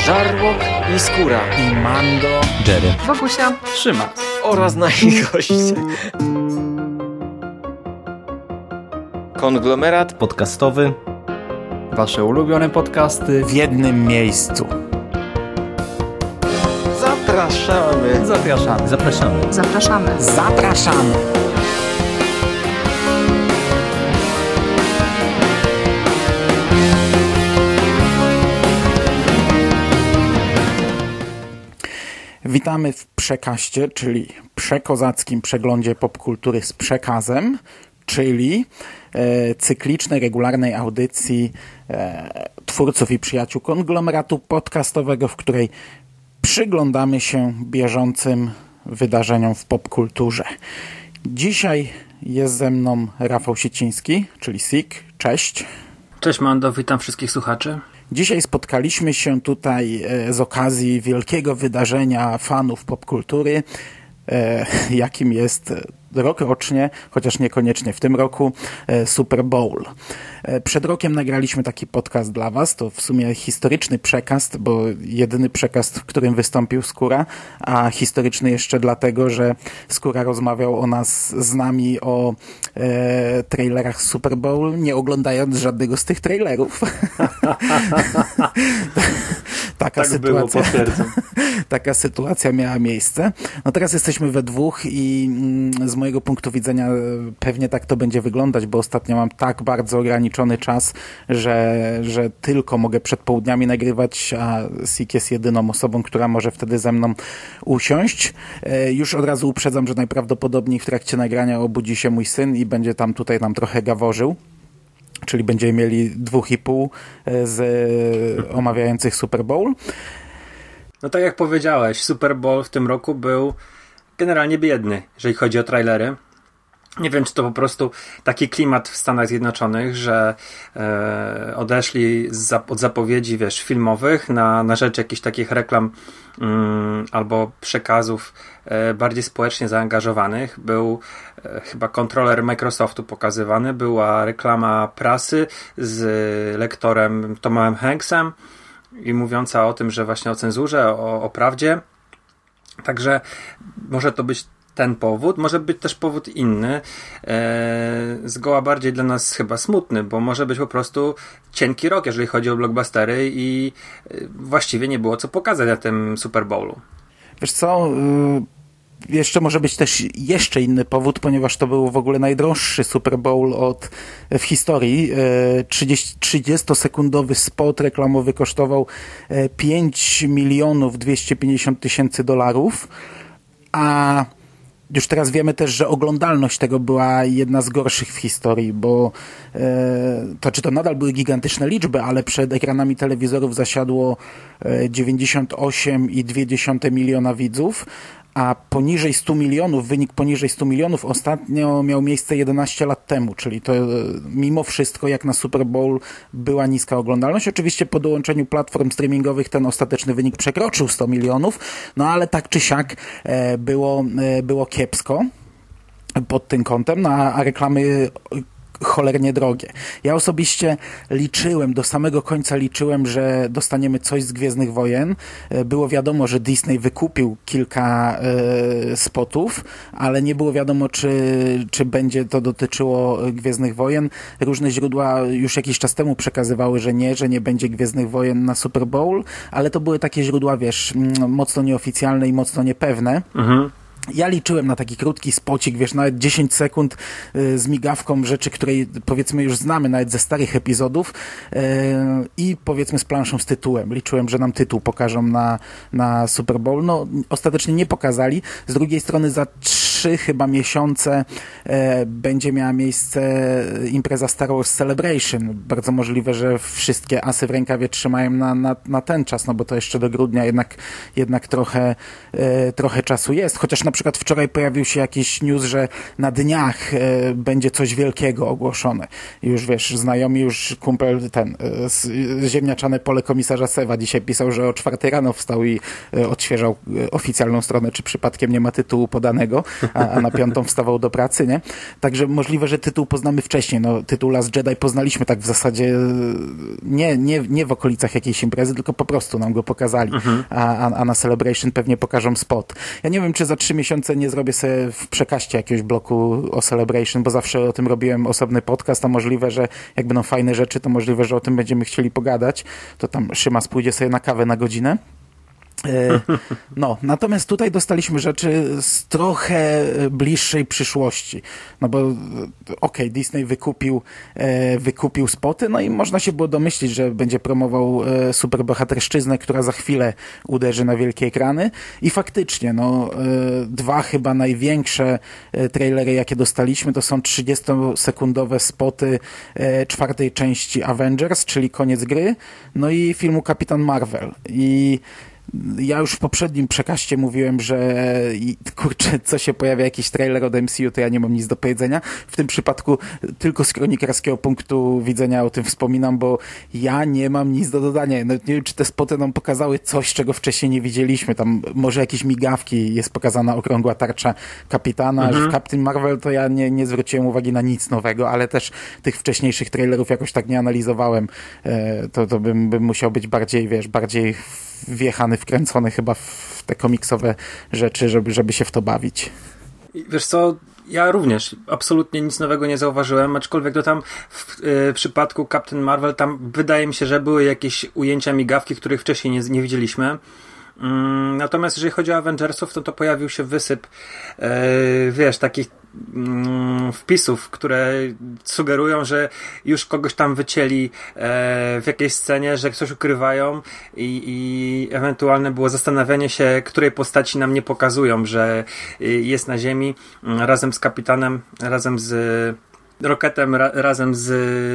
Żarłok i Skóra i Mando, Jerry, Wokusia, Szymas oraz nasi goście. Konglomerat podcastowy. Wasze ulubione podcasty w jednym miejscu. Zapraszamy. Zapraszamy. Zapraszamy. zapraszamy. Zapraszamy. Witamy w Przekaście, czyli przekozackim przeglądzie popkultury z przekazem, czyli cyklicznej, regularnej audycji twórców i przyjaciół konglomeratu podcastowego, w której przyglądamy się bieżącym wydarzeniom w popkulturze. Dzisiaj jest ze mną Rafał Siciński, czyli Sik. Cześć. Cześć Mando, witam wszystkich słuchaczy. Dzisiaj spotkaliśmy się tutaj z okazji wielkiego wydarzenia fanów popkultury, jakim jest rokrocznie, chociaż niekoniecznie w tym roku, Super Bowl. Przed rokiem nagraliśmy taki podcast dla was, to w sumie historyczny przekaz, bo jedyny przekaz, w którym wystąpił Skóra, a historyczny jeszcze dlatego, że Skóra rozmawiał z nami o trailerach Super Bowl, nie oglądając żadnego z tych trailerów. Taka tak sytuacja, było, potwierdzam. Taka sytuacja miała miejsce. No teraz jesteśmy we dwóch i z mojego punktu widzenia pewnie tak to będzie wyglądać, bo ostatnio mam tak bardzo ograniczony czas, że tylko mogę przed południami nagrywać, a Sik jest jedyną osobą, która może wtedy ze mną usiąść. Już od razu uprzedzam, że najprawdopodobniej w trakcie nagrania obudzi się mój syn i będzie tutaj nam trochę gaworzył. Czyli będziemy mieli 2,5 z omawiających Super Bowl. No tak jak powiedziałeś, Super Bowl w tym roku był generalnie biedny, jeżeli chodzi o trailery. Nie wiem, czy to po prostu taki klimat w Stanach Zjednoczonych, że odeszli od zapowiedzi, filmowych na rzecz jakichś takich reklam albo przekazów bardziej społecznie zaangażowanych. Był chyba kontroler Microsoftu pokazywany, była reklama prasy z lektorem Tomem Hanksem i mówiąca o tym, że właśnie o cenzurze, o prawdzie. Także może to być ten powód, może być też powód inny, zgoła bardziej dla nas chyba smutny, bo może być po prostu cienki rok, jeżeli chodzi o blockbustery i właściwie nie było co pokazać na tym Super Bowlu. Wiesz co, jeszcze może być też jeszcze inny powód, ponieważ to był w ogóle najdroższy Super Bowl w historii. 30-sekundowy spot reklamowy kosztował $5,250,000, a już teraz wiemy też, że oglądalność tego była jedna z gorszych w historii, bo to nadal były gigantyczne liczby, ale przed ekranami telewizorów zasiadło 98,2 miliona widzów, a poniżej 100 milionów, wynik poniżej 100 milionów ostatnio miał miejsce 11 lat temu, czyli to mimo wszystko jak na Super Bowl była niska oglądalność. Oczywiście po dołączeniu platform streamingowych ten ostateczny wynik przekroczył 100 milionów, no ale tak czy siak było kiepsko pod tym kątem, no a reklamy cholernie drogie. Ja osobiście do samego końca liczyłem, że dostaniemy coś z Gwiezdnych Wojen. Było wiadomo, że Disney wykupił kilka spotów, ale nie było wiadomo, czy będzie to dotyczyło Gwiezdnych Wojen. Różne źródła już jakiś czas temu przekazywały, że nie będzie Gwiezdnych Wojen na Super Bowl, ale to były takie źródła, mocno nieoficjalne i mocno niepewne. Mhm. Ja liczyłem na taki krótki spocik, nawet 10 sekund z migawką rzeczy, której powiedzmy już znamy nawet ze starych epizodów i powiedzmy z planszą z tytułem. Liczyłem, że nam tytuł pokażą na Super Bowl. No, ostatecznie nie pokazali. Z drugiej strony za 3 chyba miesiące będzie miała miejsce impreza Star Wars Celebration. Bardzo możliwe, że wszystkie asy w rękawie trzymają na ten czas, no bo to jeszcze do grudnia jednak trochę czasu jest. Chociaż na przykład wczoraj pojawił się jakiś news, że na dniach będzie coś wielkiego ogłoszone. Już znajomi, kumpel ziemniaczane pole komisarza Sewa dzisiaj pisał, że o 4 rano wstał i odświeżał oficjalną stronę, czy przypadkiem nie ma tytułu podanego. a na 5 wstawał do pracy, nie? Także możliwe, że tytuł poznamy wcześniej. No, tytuł Last Jedi poznaliśmy tak w zasadzie nie w okolicach jakiejś imprezy, tylko po prostu nam go pokazali. A na Celebration pewnie pokażą spot. Ja nie wiem, czy za 3 miesiące nie zrobię sobie w przekaście jakiegoś bloku o Celebration, bo zawsze o tym robiłem osobny podcast, a możliwe, że jak będą fajne rzeczy, to możliwe, że o tym będziemy chcieli pogadać. To tam Szymas pójdzie sobie na kawę na godzinę. No, natomiast tutaj dostaliśmy rzeczy z trochę bliższej przyszłości. No bo okej, Disney wykupił spoty, no i można się było domyślić, że będzie promował superbohaterszczyznę, która za chwilę uderzy na wielkie ekrany. I faktycznie, no, 2 chyba największe trailery, jakie dostaliśmy, to są 30-sekundowe spoty 4. części Avengers, czyli koniec gry, no i filmu Kapitan Marvel. I ja już w poprzednim przekaście mówiłem, że kurczę, co się pojawia jakiś trailer od MCU, to ja nie mam nic do powiedzenia. W tym przypadku tylko z kronikarskiego punktu widzenia o tym wspominam, bo ja nie mam nic do dodania. No, nie wiem, czy te spoty nam pokazały coś, czego wcześniej nie widzieliśmy. Tam może jakieś migawki, jest pokazana okrągła tarcza kapitana. W Captain Marvel to ja nie zwróciłem uwagi na nic nowego, ale też tych wcześniejszych trailerów jakoś tak nie analizowałem. To bym musiał być bardziej wjechany, wkręcony chyba w te komiksowe rzeczy, żeby się w to bawić. Wiesz co, ja również absolutnie nic nowego nie zauważyłem, aczkolwiek to tam w przypadku Captain Marvel tam wydaje mi się, że były jakieś ujęcia migawki, których wcześniej nie widzieliśmy. Natomiast jeżeli chodzi o Avengersów, to pojawił się wysyp takich wpisów, które sugerują, że już kogoś tam wycięli w jakiejś scenie, że coś ukrywają i ewentualne było zastanawianie się, której postaci nam nie pokazują, że jest na ziemi razem z kapitanem, razem z Rocketem, razem z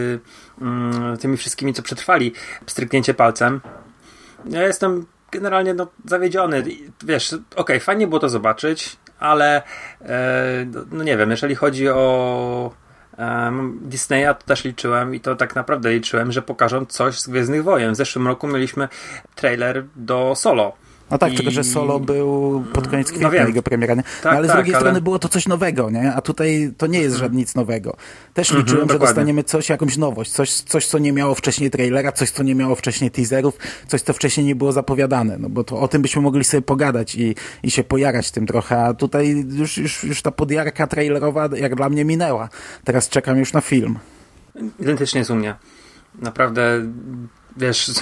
tymi wszystkimi, co przetrwali pstryknięcie palcem. Ja jestem generalnie zawiedziony. Wiesz, okej, fajnie było to zobaczyć, ale no nie wiem, jeżeli chodzi o Disneya, to też liczyłem i to tak naprawdę liczyłem, że pokażą coś z Gwiezdnych Wojen. W zeszłym roku mieliśmy trailer do Solo. No tak, tylko że Solo był pod koniec kwietnia jego premiera, nie? Tak, ale z drugiej strony było to coś nowego, nie? A tutaj to nie jest nic nowego. Też liczyłem, że dostaniemy jakąś nowość, coś, co nie miało wcześniej trailera, coś, co nie miało wcześniej teaserów, coś, co wcześniej nie było zapowiadane, no bo to o tym byśmy mogli sobie pogadać i się pojarać tym trochę, a tutaj już ta podjarka trailerowa jak dla mnie minęła. Teraz czekam już na film. Identycznie jest u mnie. Naprawdę, wiesz,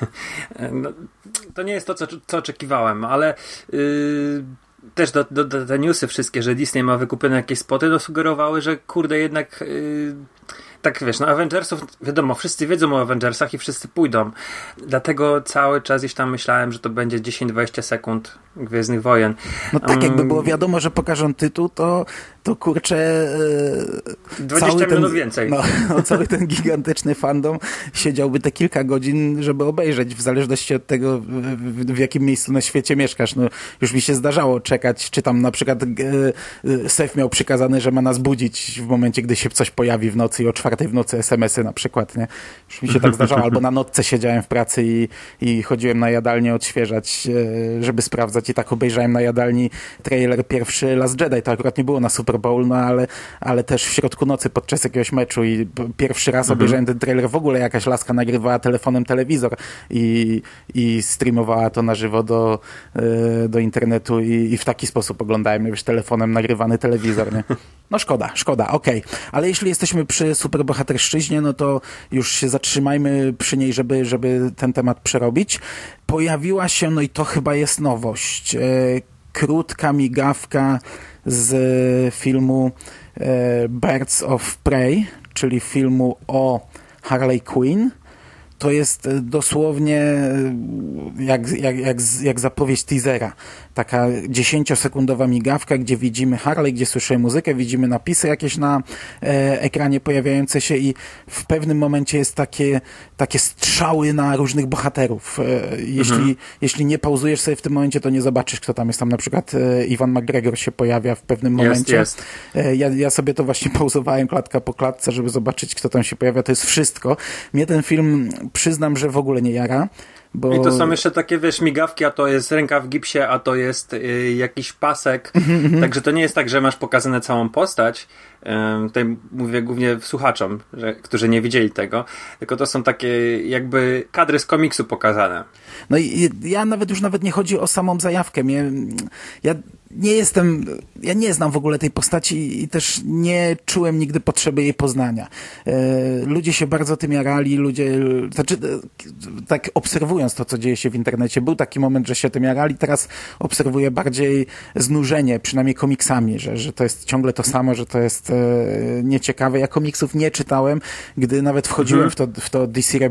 to nie jest to, co oczekiwałem, ale też te newsy wszystkie, że Disney ma wykupione jakieś spoty, sugerowały, że kurde jednak tak wiesz, Avengersów, wiadomo, wszyscy wiedzą o Avengersach i wszyscy pójdą. Dlatego cały czas gdzieś tam myślałem, że to będzie 10-20 sekund Gwiezdnych Wojen. No tak, jakby było wiadomo, że pokażą tytuł, to kurczę 20 minut więcej. No, cały ten gigantyczny fandom siedziałby te kilka godzin, żeby obejrzeć, w zależności od tego, w jakim miejscu na świecie mieszkasz. No, już mi się zdarzało czekać, czy tam na przykład Sef miał przykazane, że ma nas budzić w momencie, gdy się coś pojawi w nocy i o 4 w nocy SMS-y na przykład, nie? Już mi się tak zdarzało, albo na nocce siedziałem w pracy i chodziłem na jadalnię odświeżać, żeby sprawdzać i tak obejrzałem na jadalni trailer pierwszy Last Jedi. To akurat nie było na Super Bowl, no ale też w środku nocy podczas jakiegoś meczu i pierwszy raz obejrzałem ten trailer. W ogóle jakaś laska nagrywała telefonem telewizor i streamowała to na żywo do internetu i w taki sposób oglądałem, wiesz, telefonem nagrywany telewizor, nie? No szkoda, okej. Ale jeśli jesteśmy przy superbohaterszczyźnie, no to już się zatrzymajmy przy niej, żeby ten temat przerobić. Pojawiła się, no i to chyba jest nowość, krótka migawka z filmu Birds of Prey, czyli filmu o Harley Quinn. To jest dosłownie jak zapowiedź teasera. Taka 10-sekundowa migawka, gdzie widzimy Harley, gdzie słyszymy muzykę, widzimy napisy jakieś na ekranie pojawiające się i w pewnym momencie jest takie strzały na różnych bohaterów. Jeśli nie pauzujesz sobie w tym momencie, to nie zobaczysz, kto tam jest. Tam na przykład Iwan McGregor się pojawia w pewnym momencie. Jest. Ja sobie to właśnie pauzowałem klatka po klatce, żeby zobaczyć, kto tam się pojawia. To jest wszystko. Mnie ten film, przyznam, że w ogóle nie jara, Bo... I to są jeszcze takie, wiesz, migawki, a to jest ręka w gipsie, a to jest jakiś pasek. Także to nie jest tak, że masz pokazane całą postać. Tutaj mówię głównie słuchaczom, którzy nie widzieli tego. Tylko to są takie jakby kadry z komiksu pokazane. No i ja nawet nie chodzi o samą zajawkę. Ja nie znam w ogóle tej postaci i też nie czułem nigdy potrzeby jej poznania. Ludzie się bardzo tym jarali, tak obserwując to, co dzieje się w internecie, był taki moment, że się tym jarali, teraz obserwuję bardziej znużenie, przynajmniej komiksami, że to jest ciągle to samo, że to jest nieciekawe. Ja komiksów nie czytałem, gdy nawet wchodziłem w to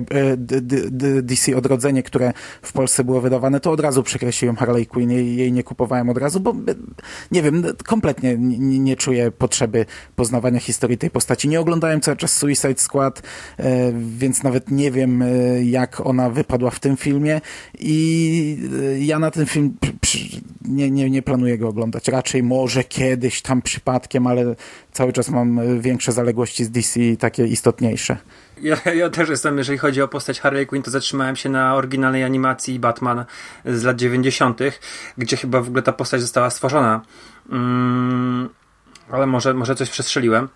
DC Odrodzenie, które w Polsce było wydawane, to od razu przekreśliłem Harley Quinn, jej nie kupowałem od razu, bo nie wiem, kompletnie nie czuję potrzeby poznawania historii tej postaci. Nie oglądałem cały czas Suicide Squad, więc nawet nie wiem, jak ona wypadła w tym filmie i ja na ten film nie planuję go oglądać. Raczej może kiedyś tam przypadkiem, ale cały czas mam większe zaległości z DC, takie istotniejsze. Ja też jestem, jeżeli chodzi o postać Harley Quinn, to zatrzymałem się na oryginalnej animacji Batman z lat 90., gdzie chyba w ogóle ta postać została stworzona. Ale może coś przestrzeliłem.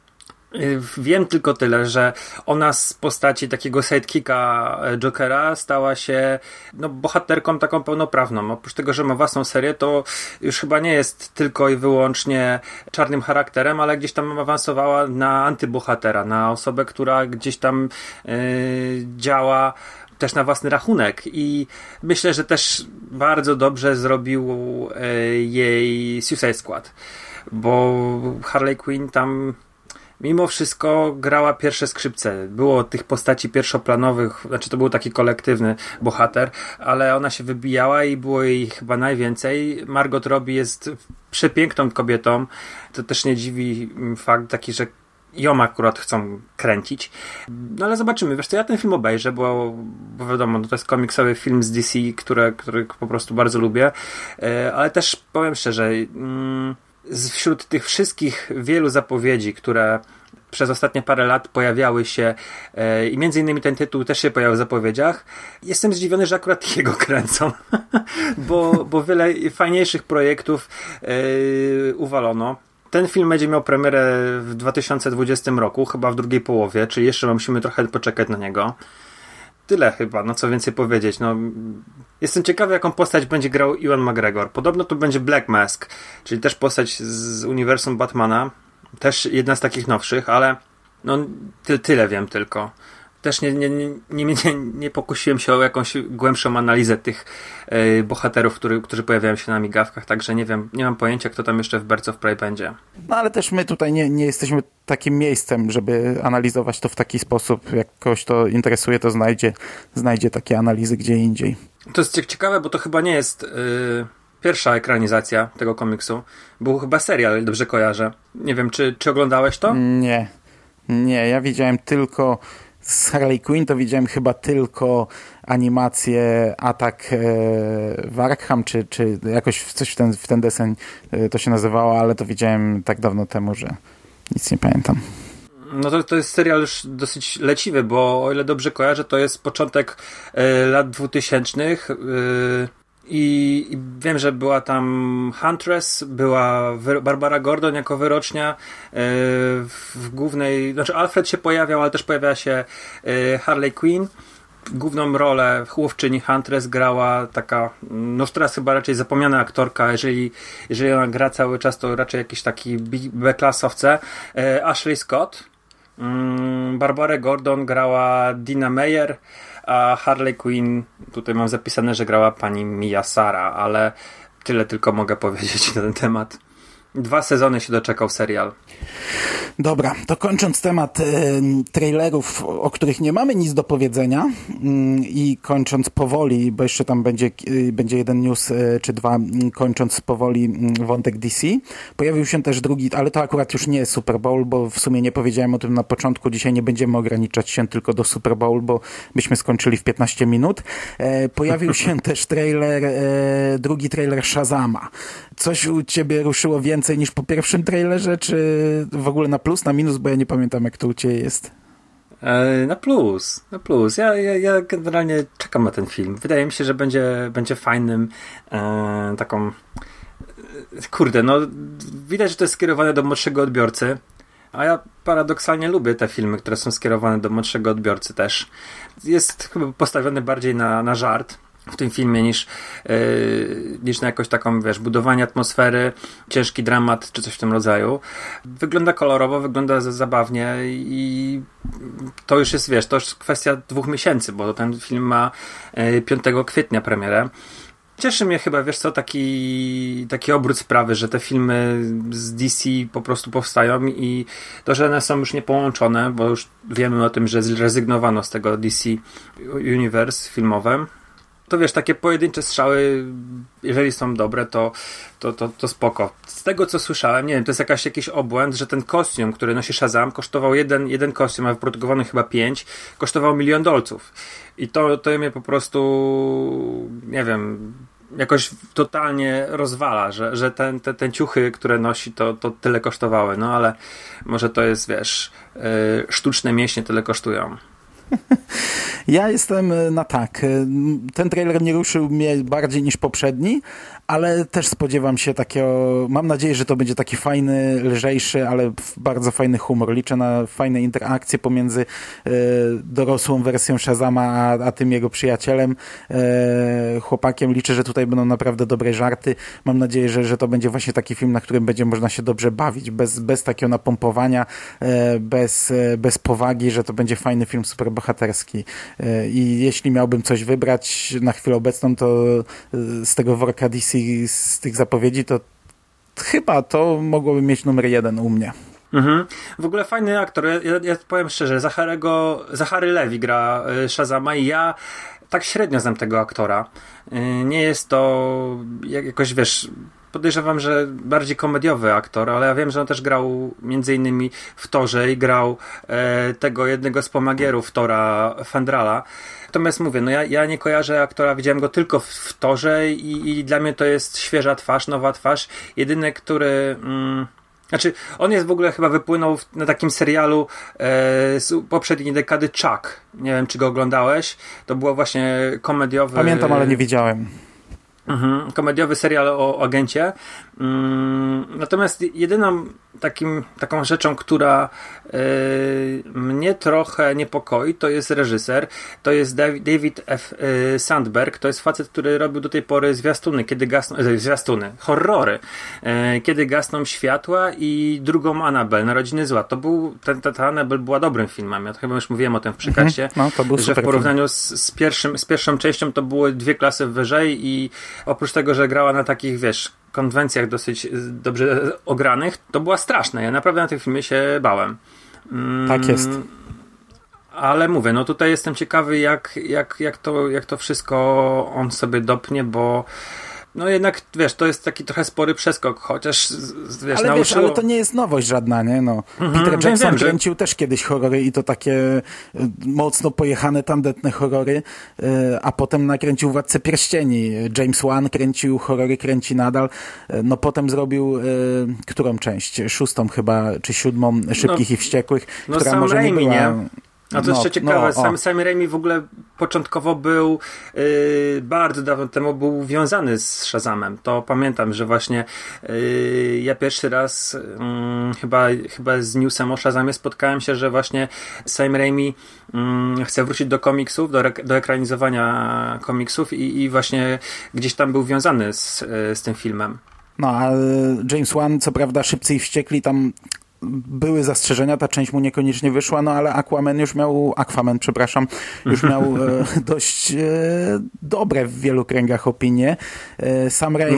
Wiem tylko tyle, że ona z postaci takiego sidekicka Jokera stała się bohaterką taką pełnoprawną. Oprócz tego, że ma własną serię, to już chyba nie jest tylko i wyłącznie czarnym charakterem, ale gdzieś tam awansowała na antybohatera, na osobę, która gdzieś tam działa też na własny rachunek i myślę, że też bardzo dobrze zrobił jej Suicide Squad, bo Harley Quinn tam mimo wszystko grała pierwsze skrzypce. Było tych postaci pierwszoplanowych, znaczy to był taki kolektywny bohater, ale ona się wybijała i było jej chyba najwięcej. Margot Robbie jest przepiękną kobietą. To też nie dziwi fakt taki, że ją akurat chcą kręcić. No ale zobaczymy. Wiesz co, ja ten film obejrzę, bo wiadomo, to jest komiksowy film z DC, który po prostu bardzo lubię. Ale też powiem szczerze, wśród tych wszystkich wielu zapowiedzi, które przez ostatnie parę lat pojawiały się i między innymi ten tytuł też się pojawił w zapowiedziach, jestem zdziwiony, że akurat jego kręcą, bo wiele fajniejszych projektów uwalono. Ten film będzie miał premierę w 2020 roku, chyba w drugiej połowie, czyli jeszcze musimy trochę poczekać na niego. Tyle chyba, co więcej powiedzieć. Jestem ciekawy, jaką postać będzie grał Ewan McGregor. Podobno to będzie Black Mask, czyli też postać z uniwersum Batmana. Też jedna z takich nowszych, ale tyle wiem tylko. Też nie pokusiłem się o jakąś głębszą analizę tych bohaterów, którzy pojawiają się na migawkach, także nie wiem, nie mam pojęcia, kto tam jeszcze w Birds of Prey będzie. No ale też my tutaj nie jesteśmy takim miejscem, żeby analizować to w taki sposób. Jak kogoś to interesuje, to znajdzie takie analizy gdzie indziej. To jest ciekawe, bo to chyba nie jest pierwsza ekranizacja tego komiksu. Był chyba serial, dobrze kojarzę. Nie wiem, czy oglądałeś to? Nie, ja widziałem tylko z Harley Quinn, to widziałem chyba tylko animację Atak w Arkham, czy jakoś coś w ten deseń to się nazywało, ale to widziałem tak dawno temu, że nic nie pamiętam. No to jest serial już dosyć leciwy, bo o ile dobrze kojarzę, to jest początek lat 2000 i wiem, że była tam Huntress, była Barbara Gordon jako wyrocznia w głównej, znaczy Alfred się pojawiał, ale też pojawiała się Harley Quinn. Główną rolę chłopczyni Huntress grała taka, teraz chyba raczej zapomniana aktorka, jeżeli ona gra cały czas, to raczej jakiś taki B-klasowce, Ashley Scott. Barbarę Gordon grała Dina Meyer, a Harley Quinn tutaj mam zapisane, że grała pani Mia Sara, ale tyle tylko mogę powiedzieć na ten temat. 2 sezony się doczekał serial. Dobra, to kończąc temat trailerów, o których nie mamy nic do powiedzenia i kończąc powoli, bo jeszcze tam będzie jeden news czy 2, kończąc powoli wątek DC, pojawił się też drugi, ale to akurat już nie jest Super Bowl, bo w sumie nie powiedziałem o tym na początku, dzisiaj nie będziemy ograniczać się tylko do Super Bowl, bo byśmy skończyli w 15 minut. Pojawił się też drugi trailer Shazama. Coś u ciebie ruszyło więcej niż po pierwszym trailerze, czy w ogóle na plus, na minus, bo ja nie pamiętam, jak to u ciebie jest. Na plus, na plus. Ja generalnie czekam na ten film. Wydaje mi się, że będzie fajnym taką... Kurde, no widać, że to jest skierowane do młodszego odbiorcy, a ja paradoksalnie lubię te filmy, które są skierowane do młodszego odbiorcy też. Jest chyba postawiony bardziej na żart w tym filmie niż na jakąś taką, wiesz, budowanie atmosfery, ciężki dramat czy coś w tym rodzaju. Wygląda kolorowo, wygląda zabawnie i to już jest, wiesz, to już kwestia 2 miesięcy, bo ten film ma 5 kwietnia premierę. Cieszy mnie chyba, wiesz co, taki obrót sprawy, że te filmy z DC po prostu powstają i to, że one są już niepołączone, bo już wiemy o tym, że zrezygnowano z tego DC Universe filmowym. To wiesz, takie pojedyncze strzały, jeżeli są dobre, to spoko. Z tego, co słyszałem, nie wiem, to jest jakiś obłęd, że ten kostium, który nosi Shazam, kosztował jeden kostium, a wyprodukowano chyba 5, kosztował $1 milion. I to mnie po prostu, nie wiem, jakoś totalnie rozwala, że te ciuchy, które nosi, to tyle kosztowały. No ale może to jest, wiesz, sztuczne mięśnie tyle kosztują. Ja jestem na tak. Ten trailer nie ruszył mnie bardziej niż poprzedni, ale też spodziewam się takiego, mam nadzieję, że to będzie taki fajny, lżejszy, ale bardzo fajny humor. Liczę na fajne interakcje pomiędzy dorosłą wersją Shazama a tym jego przyjacielem, chłopakiem. Liczę, że tutaj będą naprawdę dobre żarty. Mam nadzieję, że to będzie właśnie taki film, na którym będzie można się dobrze bawić, bez takiego napompowania, bez powagi, że to będzie fajny film superbohaterski. I jeśli miałbym coś wybrać na chwilę obecną, to z tego worka DC, z tych zapowiedzi, to chyba to mogłoby mieć numer 1 u mnie. Mhm. W ogóle fajny aktor. Ja powiem szczerze, Zachary Levi gra Shazama i ja tak średnio znam tego aktora. Nie jest to jakoś, wiesz, podejrzewam, że bardziej komediowy aktor, ale ja wiem, że on też grał między innymi w Torze i grał tego jednego z pomagierów Tora, Fandrala. Natomiast mówię, no ja nie kojarzę aktora, widziałem go tylko w Torze i dla mnie to jest świeża twarz, nowa twarz. Jedyny, który... Znaczy, on jest w ogóle chyba wypłynął na takim serialu z poprzedniej dekady Chuck. Nie wiem, czy go oglądałeś. To było właśnie komediowy... Pamiętam, ale nie widziałem. Komediowy serial o agencie. Natomiast jedyną taką rzeczą, która mnie trochę niepokoi, to jest reżyser. To jest David F. Sandberg. To jest facet, który robił do tej pory horrory. Kiedy gasną światła i drugą Annabelle, Narodziny Zła. To był, ta Annabelle była dobrym filmem. Ja chyba już mówiłem o tym w przekaście, no, to był że w porównaniu z pierwszą częścią to były 2 klasy wyżej i oprócz tego, że grała na takich, wiesz, konwencjach dosyć dobrze ogranych, to była straszna. Ja naprawdę na tym filmie się bałem. Tak jest. Ale mówię, no tutaj jestem ciekawy, jak to wszystko on sobie dopnie, bo no jednak, wiesz, to jest taki trochę spory przeskok, chociaż, wiesz, ale wiesz, ale to nie jest nowość żadna, nie? No. Peter Jackson kręcił też kiedyś horrory i to takie mocno pojechane, tandetne horrory, a potem nakręcił Władcę Pierścieni. James Wan kręcił horrory, kręci nadal. No potem zrobił którą część? 6 chyba, czy 7 Szybkich i Wściekłych, która Sam może Raimi, nie była... nie? A to jeszcze ciekawe, Sam Raimi w ogóle początkowo był bardzo dawno temu był wiązany z Shazamem. To pamiętam, że właśnie ja pierwszy raz chyba z newsem o Shazamie spotkałem się, że właśnie Sam Raimi chce wrócić do komiksów, do ekranizowania komiksów i właśnie gdzieś tam był wiązany z tym filmem. No, a James Wan, co prawda Szybcy i Wściekli, tam były zastrzeżenia, ta część mu niekoniecznie wyszła, no ale Aquaman już miał dość dobre w wielu kręgach opinie. Sam Raimi,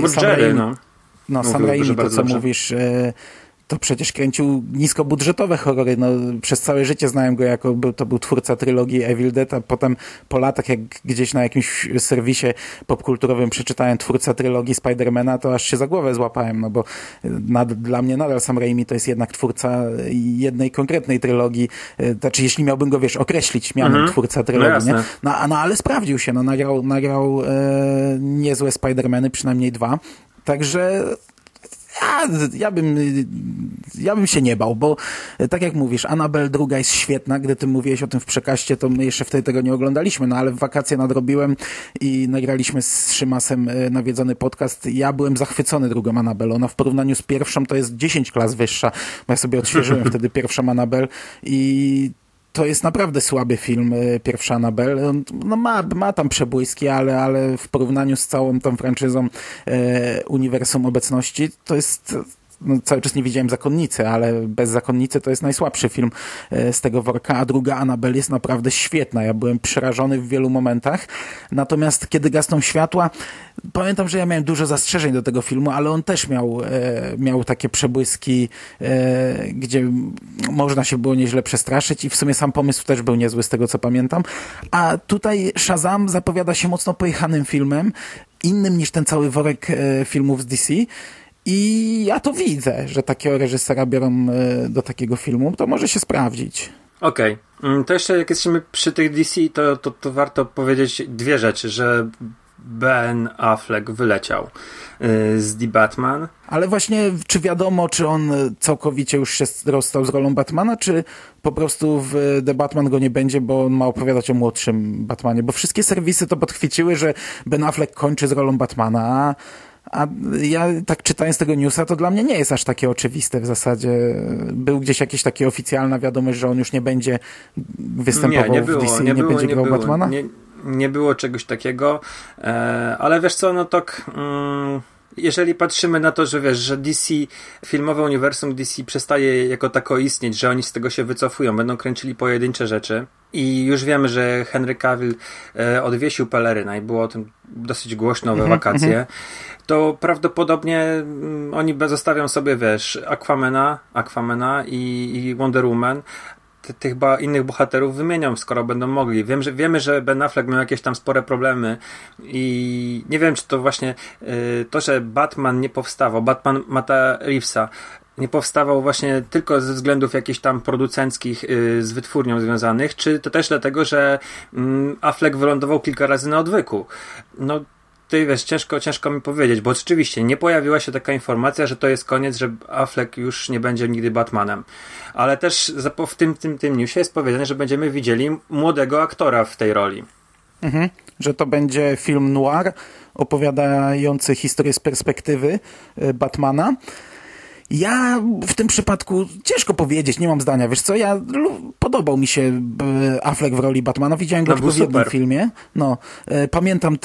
to co mówisz, to przecież kręcił niskobudżetowe horrory. No, przez całe życie znałem go to był twórca trylogii Evil Dead, a potem po latach, jak gdzieś na jakimś serwisie popkulturowym przeczytałem twórca trylogii Spidermana, to aż się za głowę złapałem, no bo dla mnie nadal Sam Raimi to jest jednak twórca jednej konkretnej trylogii. Znaczy, jeśli miałbym go, wiesz, określić mianem twórca trylogii, nie? No ale sprawdził się, no nagrał niezłe Spidermany, przynajmniej 2. Także Ja bym się nie bał, bo tak jak mówisz, Annabelle druga jest świetna. Gdy ty mówiłeś o tym w przekaście, to my jeszcze wtedy tego nie oglądaliśmy, no ale w wakacje nadrobiłem i nagraliśmy z Szymasem nawiedzony podcast. Ja byłem zachwycony drugą Annabelle. Ona w porównaniu z pierwszą to jest 10 klas wyższa, bo ja sobie odświeżyłem wtedy pierwszą Annabelle i to jest naprawdę słaby film, pierwsza Annabelle. No ma tam przebłyski, ale w porównaniu z całą tą franczyzą uniwersum obecności to jest... No, cały czas nie widziałem Zakonnicy, ale bez Zakonnicy to jest najsłabszy film z tego worka, a druga Annabelle jest naprawdę świetna. Ja byłem przerażony w wielu momentach. Natomiast kiedy gasną światła, pamiętam, że ja miałem dużo zastrzeżeń do tego filmu, ale on też miał takie przebłyski, gdzie można się było nieźle przestraszyć i w sumie sam pomysł też był niezły z tego, co pamiętam. A tutaj Shazam zapowiada się mocno pojechanym filmem, innym niż ten cały worek filmów z DC. I ja to widzę, że takiego reżysera biorą do takiego filmu. To może się sprawdzić. Okej. To jeszcze jak jesteśmy przy tych DC, to warto powiedzieć dwie rzeczy, że Ben Affleck wyleciał z The Batman. Ale właśnie, czy wiadomo, czy on całkowicie już się rozstał z rolą Batmana, czy po prostu w The Batman go nie będzie, bo on ma opowiadać o młodszym Batmanie? Bo wszystkie serwisy to podchwyciły, że Ben Affleck kończy z rolą Batmana, a ja tak czytając tego newsa, to dla mnie nie jest aż takie oczywiste w zasadzie. Był gdzieś jakaś taka oficjalna wiadomość, że on już nie będzie występował w DC, nie będzie grał Batmana? Nie było czegoś takiego, ale wiesz co, no to jeżeli patrzymy na to, że wiesz, że DC, filmowe uniwersum DC przestaje jako tako istnieć, że oni z tego się wycofują, będą kręcili pojedyncze rzeczy i już wiemy, że Henry Cavill odwiesił pelerynę i było o tym dosyć głośno we wakacje, to prawdopodobnie oni zostawią sobie, wiesz, Aquamana i Wonder Woman. Tych innych bohaterów wymienią, skoro będą mogli. Wiemy, że Ben Affleck miał jakieś tam spore problemy i nie wiem, czy to właśnie to, że Batman nie powstawał, Batman Matta Reevesa nie powstawał właśnie tylko ze względów jakichś tam producenckich z wytwórnią związanych, czy to też dlatego, że Affleck wylądował kilka razy na odwyku. No ty wiesz, ciężko mi powiedzieć, bo rzeczywiście nie pojawiła się taka informacja, że to jest koniec, że Affleck już nie będzie nigdy Batmanem. Ale też w tym newsie jest powiedziane, że będziemy widzieli młodego aktora w tej roli. Że to będzie film noir opowiadający historię z perspektywy Batmana. Ja w tym przypadku ciężko powiedzieć, nie mam zdania. Wiesz co, podobał mi się Affleck w roli Batmana. Widziałem go tylko w jednym filmie. No, pamiętam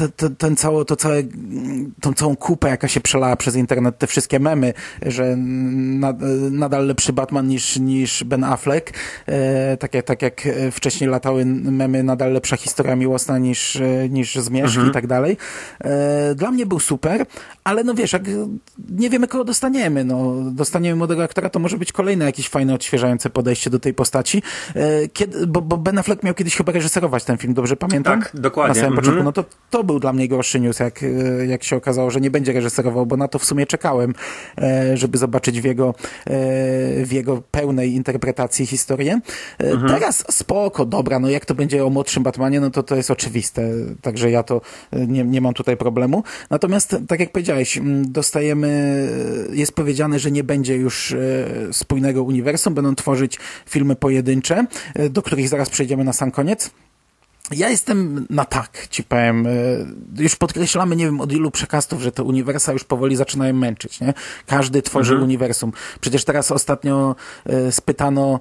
tą całą kupę, jaka się przelała przez internet, te wszystkie memy, że nadal lepszy Batman niż Ben Affleck. Tak jak wcześniej latały memy, nadal lepsza historia miłosna niż Zmierzch i tak dalej. Dla mnie był super, ale no wiesz, jak nie wiemy, kogo dostaniemy, dostaniemy młodego aktora, to może być kolejne jakieś fajne, odświeżające podejście do tej postaci. Bo Ben Affleck miał kiedyś chyba reżyserować ten film, dobrze pamiętam? Tak, dokładnie. Na samym początku. No to był dla mnie gorszy news, jak się okazało, że nie będzie reżyserował, bo na to w sumie czekałem, żeby zobaczyć w jego pełnej interpretacji historię. Teraz spoko, dobra, no jak to będzie o młodszym Batmanie, no to jest oczywiste, także ja to nie mam tutaj problemu. Natomiast, tak jak powiedziałeś, jest powiedziane, że nie będzie już spójnego uniwersum, będą tworzyć filmy pojedyncze, do których zaraz przejdziemy na sam koniec. Ja jestem na tak, ci powiem. Już podkreślamy, nie wiem od ilu przekastów, że te uniwersa już powoli zaczynają męczyć, nie? Każdy tworzy uniwersum. Przecież teraz ostatnio spytano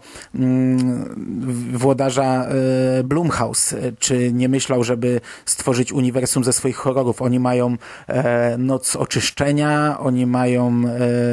włodarza Blumhouse, czy nie myślał, żeby stworzyć uniwersum ze swoich horrorów. Oni mają Noc Oczyszczenia, oni mają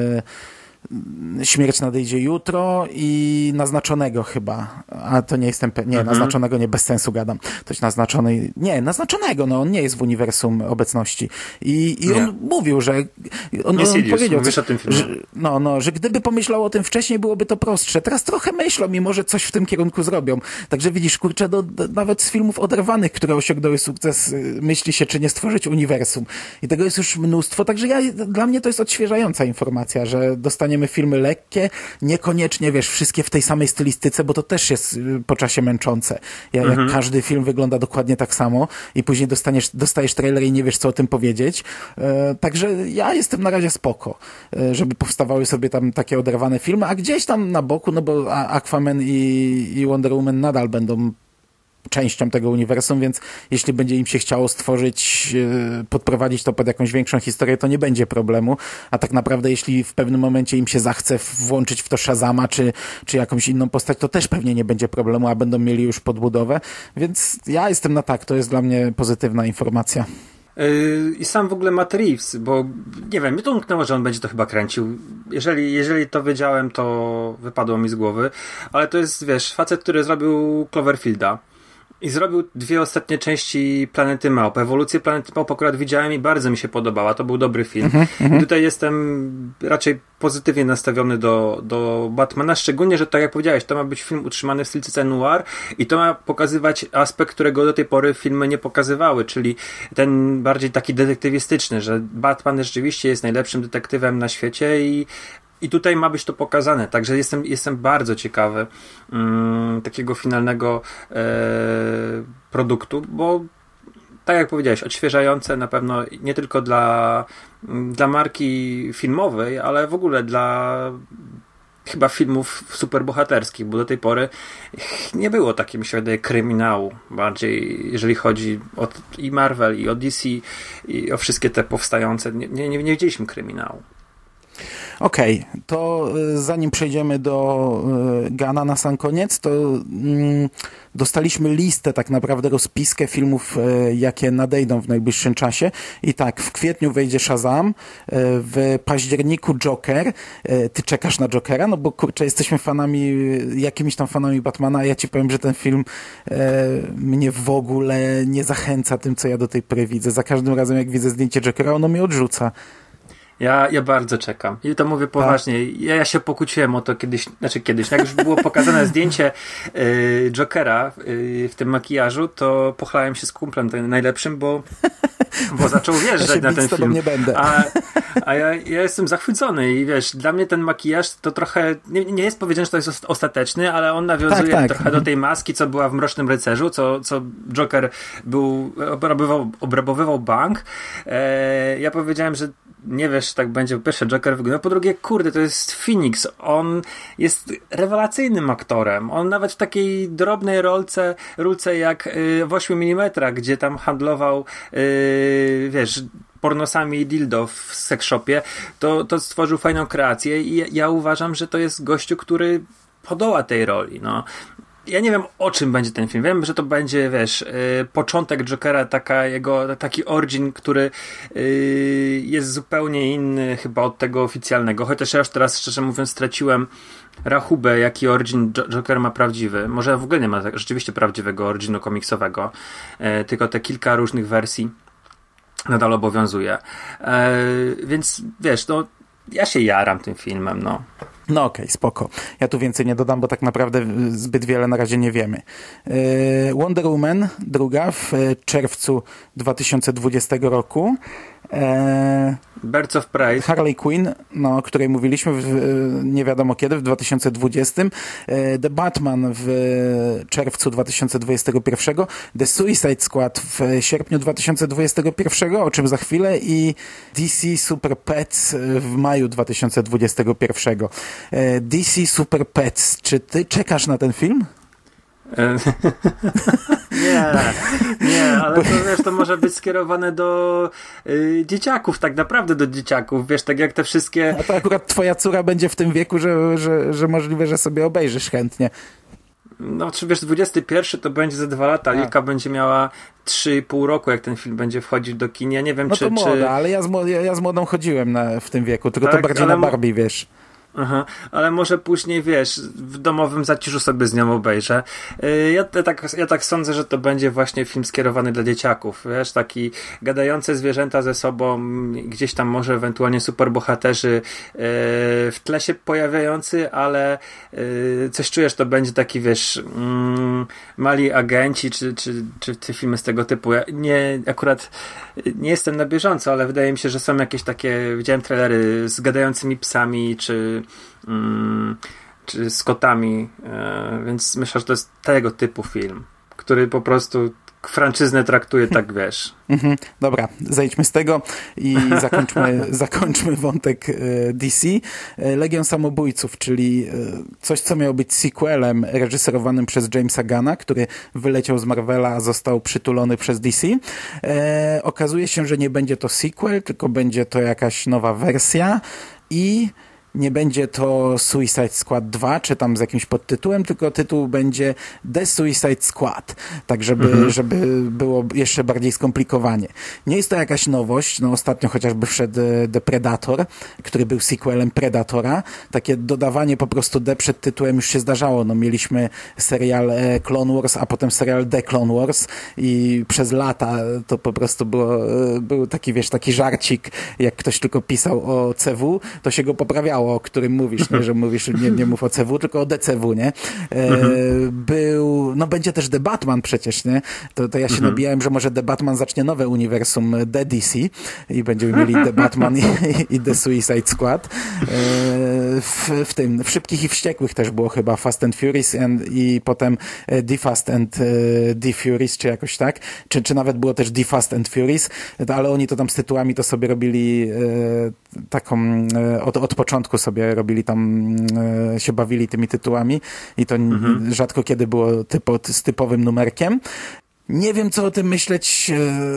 Śmierć nadejdzie jutro i Naznaczonego chyba, a to nie jestem nie, Naznaczonego nie, bez sensu gadam, ktoś naznaczony, nie, Naznaczonego, no on nie jest w uniwersum obecności i on mówił, że on powiedział, że gdyby pomyślał o tym wcześniej, byłoby to prostsze, teraz trochę myślą i może coś w tym kierunku zrobią, także widzisz, kurczę, nawet z filmów oderwanych, które osiągnęły sukces, myśli się, czy nie stworzyć uniwersum i tego jest już mnóstwo, także dla mnie to jest odświeżająca informacja, że dostaniemy dostaniemy filmy lekkie, niekoniecznie, wiesz, wszystkie w tej samej stylistyce, bo to też jest po czasie męczące. Jak każdy film wygląda dokładnie tak samo i później dostajesz trailer i nie wiesz, co o tym powiedzieć. Także ja jestem na razie spoko, żeby powstawały sobie tam takie oderwane filmy, a gdzieś tam na boku, no bo Aquaman i Wonder Woman nadal będą częścią tego uniwersum, więc jeśli będzie im się chciało stworzyć, podprowadzić to pod jakąś większą historię, to nie będzie problemu, a tak naprawdę jeśli w pewnym momencie im się zachce włączyć w to Shazama, czy jakąś inną postać, to też pewnie nie będzie problemu, a będą mieli już podbudowę, więc ja jestem na tak, to jest dla mnie pozytywna informacja. I sam w ogóle Matt Reeves, bo nie wiem, mnie to umknęło, że on będzie to chyba kręcił. Jeżeli to wiedziałem, to wypadło mi z głowy, ale to jest, wiesz, facet, który zrobił Cloverfielda i zrobił 2 ostatnie części Planety Małp. Ewolucję Planety Małp akurat widziałem i bardzo mi się podobała. To był dobry film. I tutaj jestem raczej pozytywnie nastawiony do Batmana, szczególnie, że tak jak powiedziałeś, to ma być film utrzymany w stylistyce noir i to ma pokazywać aspekt, którego do tej pory filmy nie pokazywały, czyli ten bardziej taki detektywistyczny, że Batman rzeczywiście jest najlepszym detektywem na świecie i tutaj ma być to pokazane, także jestem bardzo ciekawy takiego finalnego produktu, bo tak jak powiedziałeś, odświeżające na pewno nie tylko dla marki filmowej, ale w ogóle dla chyba filmów superbohaterskich, bo do tej pory nie było takim, mi się wydaje, kryminału bardziej, jeżeli chodzi o i Marvel, i o DC, i o wszystkie te powstające. Nie widzieliśmy kryminału. Okej, to zanim przejdziemy do Gana na sam koniec, to dostaliśmy listę, tak naprawdę rozpiskę filmów, jakie nadejdą w najbliższym czasie. I tak, w kwietniu wejdzie Shazam, w październiku Joker. Ty czekasz na Jokera? No bo kurczę, jesteśmy jakimiś tam fanami Batmana, a ja ci powiem, że ten film mnie w ogóle nie zachęca tym, co ja do tej pory widzę. Za każdym razem, jak widzę zdjęcie Jokera, ono mnie odrzuca. Ja bardzo czekam. I to mówię poważnie. Ja się pokłóciłem o to kiedyś, jak już było pokazane zdjęcie Jokera w tym makijażu, to pochlałem się z kumplem najlepszym, bo zaczął wjeżdżać na ten film. Nie będę. A ja jestem zachwycony i wiesz, dla mnie ten makijaż to trochę, nie jest powiedziane, że to jest ostateczny, ale on nawiązuje trochę do tej maski, co była w Mrocznym Rycerzu, co Joker obrabowywał bank. Ja powiedziałem, że nie wiesz, tak będzie, po pierwsze Joker wygląda, po drugie, kurde, to jest Phoenix, on jest rewelacyjnym aktorem, on nawet w takiej drobnej rolce jak w 8 mm, gdzie tam handlował wiesz, pornosami i dildo w seksshopie, to stworzył fajną kreację i ja uważam, że to jest gościu, który podoła tej roli, no. Ja nie wiem, o czym będzie ten film. Wiem, że to będzie, wiesz, początek Jokera, taki origin, który jest zupełnie inny chyba od tego oficjalnego. Chociaż ja już teraz, szczerze mówiąc, straciłem rachubę, jaki origin Joker ma prawdziwy. Może w ogóle nie ma rzeczywiście prawdziwego originu komiksowego, tylko te kilka różnych wersji nadal obowiązuje. Więc, wiesz, no, ja się jaram tym filmem, no. No okej, spoko. Ja tu więcej nie dodam, bo tak naprawdę zbyt wiele na razie nie wiemy. Wonder Woman, druga w czerwcu 2020 roku. Birds of Prey. Harley Quinn, o której mówiliśmy nie wiadomo kiedy, w 2020. The Batman w czerwcu 2021. The Suicide Squad w sierpniu 2021, o czym za chwilę, i DC Super Pets w maju 2021. DC Super Pets. Czy ty czekasz na ten film? Nie, ale to wiesz, to może być skierowane do dzieciaków, tak naprawdę do dzieciaków, wiesz, tak jak te wszystkie... A to akurat twoja córa będzie w tym wieku, że możliwe, że sobie obejrzysz chętnie. No, czy wiesz, 21 to będzie za 2 lata, Lilka będzie miała 3,5 roku, jak ten film będzie wchodzić do kin. Ja nie wiem, no to młoda, ale ja z młodą chodziłem w tym wieku, tylko tak, to bardziej na Barbie, wiesz. Aha, ale może później, wiesz, w domowym zaciszu sobie z nią obejrzę. Ja tak sądzę, że to będzie właśnie film skierowany dla dzieciaków, wiesz, taki gadające zwierzęta ze sobą, gdzieś tam może ewentualnie superbohaterzy w tle się pojawiający, ale coś czujesz, to będzie taki, wiesz, mali agenci, czy filmy z tego typu. Ja akurat nie jestem na bieżąco, ale wydaje mi się, że są jakieś takie, widziałem trailery z gadającymi psami, czy czy z kotami, więc myślę, że to jest tego typu film, który po prostu franczyznę traktuje tak, wiesz. Dobra, zejdźmy z tego i zakończmy wątek DC. Legion Samobójców, czyli coś, co miało być sequelem reżyserowanym przez Jamesa Gunna, który wyleciał z Marvela, a został przytulony przez DC. Okazuje się, że nie będzie to sequel, tylko będzie to jakaś nowa wersja i nie będzie to Suicide Squad 2, czy tam z jakimś podtytułem, tylko tytuł będzie The Suicide Squad. Tak, żeby było jeszcze bardziej skomplikowanie. Nie jest to jakaś nowość. No, ostatnio chociażby wszedł The Predator, który był sequelem Predatora. Takie dodawanie po prostu The przed tytułem już się zdarzało. No, mieliśmy serial Clone Wars, a potem serial The Clone Wars i przez lata to po prostu był taki, wiesz, taki żarcik, jak ktoś tylko pisał o CW, to się go poprawiało, o którym mówisz, nie? Że mówisz, nie mów o CW, tylko o DCW, nie? Będzie też The Batman przecież, nie? To ja się nabijałem, że może The Batman zacznie nowe uniwersum The DC i będziemy mieli The Batman i The Suicide Squad. W Szybkich i Wściekłych też było chyba Fast and Furious i potem The Fast and The Furious, czy jakoś tak. Czy nawet było też The Fast and Furious, ale oni to tam z tytułami to sobie robili taką od początku sobie robili tam, się bawili tymi tytułami i to rzadko kiedy było z typowym numerkiem. Nie wiem, co o tym myśleć.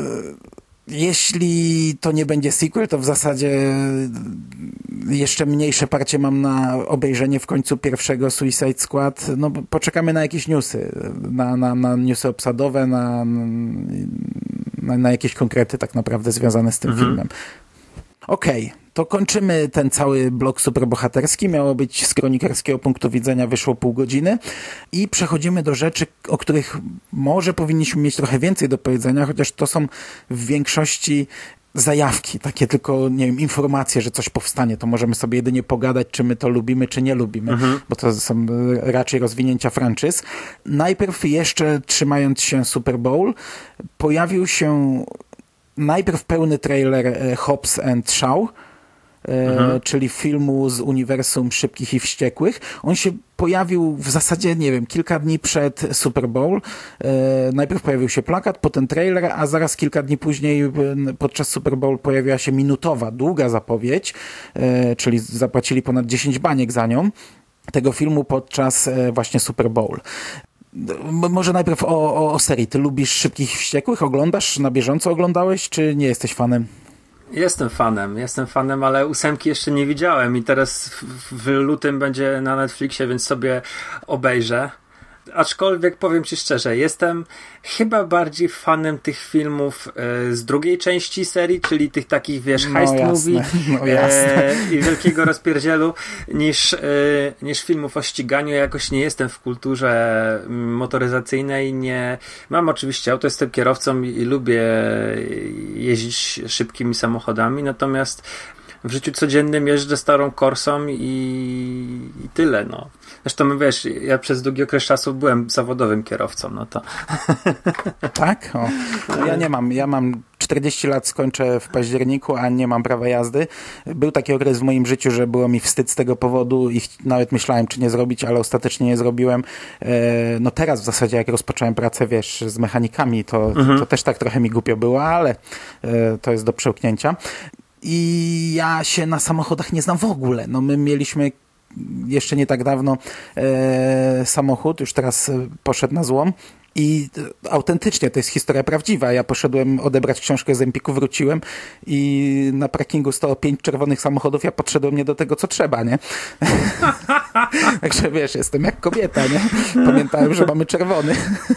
Jeśli to nie będzie sequel, to w zasadzie jeszcze mniejsze parcie mam na obejrzenie w końcu pierwszego Suicide Squad. No, poczekamy na jakieś newsy, na newsy obsadowe, na jakieś konkrety tak naprawdę związane z tym filmem. Okej, to kończymy ten cały blok superbohaterski. Miało być z kronikarskiego punktu widzenia, wyszło pół godziny i przechodzimy do rzeczy, o których może powinniśmy mieć trochę więcej do powiedzenia, chociaż to są w większości zajawki, takie tylko, nie wiem, informacje, że coś powstanie, to możemy sobie jedynie pogadać, czy my to lubimy, czy nie lubimy, bo to są raczej rozwinięcia franczyz. Najpierw jeszcze, trzymając się Super Bowl, pojawił się najpierw pełny trailer Hobbs and Shaw, czyli filmu z uniwersum Szybkich i Wściekłych. On się pojawił w zasadzie, nie wiem, kilka dni przed Super Bowl. Najpierw pojawił się plakat, potem trailer, a zaraz kilka dni później podczas Super Bowl pojawiła się minutowa, długa zapowiedź, czyli zapłacili ponad 10 baniek za nią, tego filmu podczas właśnie Super Bowl. Może najpierw o serii. Ty lubisz Szybkich i Wściekłych? Oglądasz? Na bieżąco oglądałeś, czy nie jesteś fanem? Jestem fanem, ale 8 jeszcze nie widziałem i teraz w lutym będzie na Netflixie, więc sobie obejrzę. Aczkolwiek powiem ci szczerze, jestem chyba bardziej fanem tych filmów z drugiej części serii, czyli tych takich, wiesz, heist movie i wielkiego rozpierdzielu, niż filmów o ściganiu. Ja jakoś nie jestem w kulturze motoryzacyjnej. Nie mam oczywiście auto, jestem kierowcą i lubię jeździć szybkimi samochodami, natomiast w życiu codziennym jeżdżę starą Corsą i tyle, no. Zresztą, wiesz, ja przez długi okres czasu byłem zawodowym kierowcą, no to... Tak? O. No ja mam 40 lat, skończę w październiku, a nie mam prawa jazdy. Był taki okres w moim życiu, że było mi wstyd z tego powodu i nawet myślałem, czy nie zrobić, ale ostatecznie nie zrobiłem. No teraz w zasadzie, jak rozpocząłem pracę, wiesz, z mechanikami, to też tak trochę mi głupio było, ale to jest do przełknięcia. I ja się na samochodach nie znam w ogóle. No my mieliśmy jeszcze nie tak dawno samochód, już teraz poszedł na złom i autentycznie to jest historia prawdziwa. Ja poszedłem odebrać książkę z Empiku, wróciłem i na parkingu stało 5 czerwonych samochodów, ja podszedłem nie do tego, co trzeba, nie? Także wiesz, jestem jak kobieta, nie? Pamiętałem, że mamy czerwony.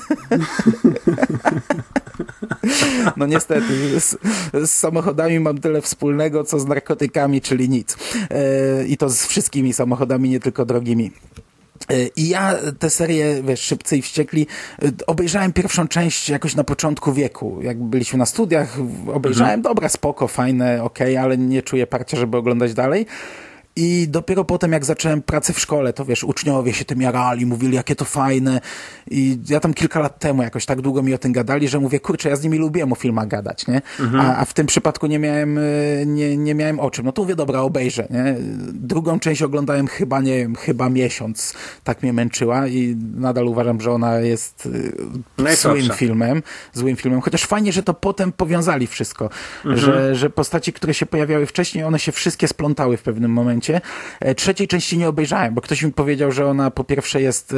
No niestety, z samochodami mam tyle wspólnego, co z narkotykami, czyli nic. I to z wszystkimi samochodami, nie tylko drogimi. I ja tę serię, wiesz, Szybcy i Wściekli, obejrzałem pierwszą część jakoś na początku wieku. Jak byliśmy na studiach, obejrzałem, dobra, spoko, fajne, okej, ale nie czuję parcia, żeby oglądać dalej. I dopiero potem, jak zacząłem pracę w szkole, to wiesz, uczniowie się tym jarali, mówili, jakie to fajne. I ja tam kilka lat temu jakoś tak długo mi o tym gadali, że mówię, kurczę, ja z nimi lubiłem o filmach gadać, nie? A w tym przypadku nie miałem o czym. No to mówię, dobra, obejrzę, nie? Drugą część oglądałem chyba, nie wiem, chyba miesiąc. Tak mnie męczyła i nadal uważam, że ona jest złym filmem. Chociaż fajnie, że to potem powiązali wszystko. Że postaci, które się pojawiały wcześniej, one się wszystkie splątały w pewnym momencie. Trzeciej części nie obejrzałem, bo ktoś mi powiedział, że ona po pierwsze jest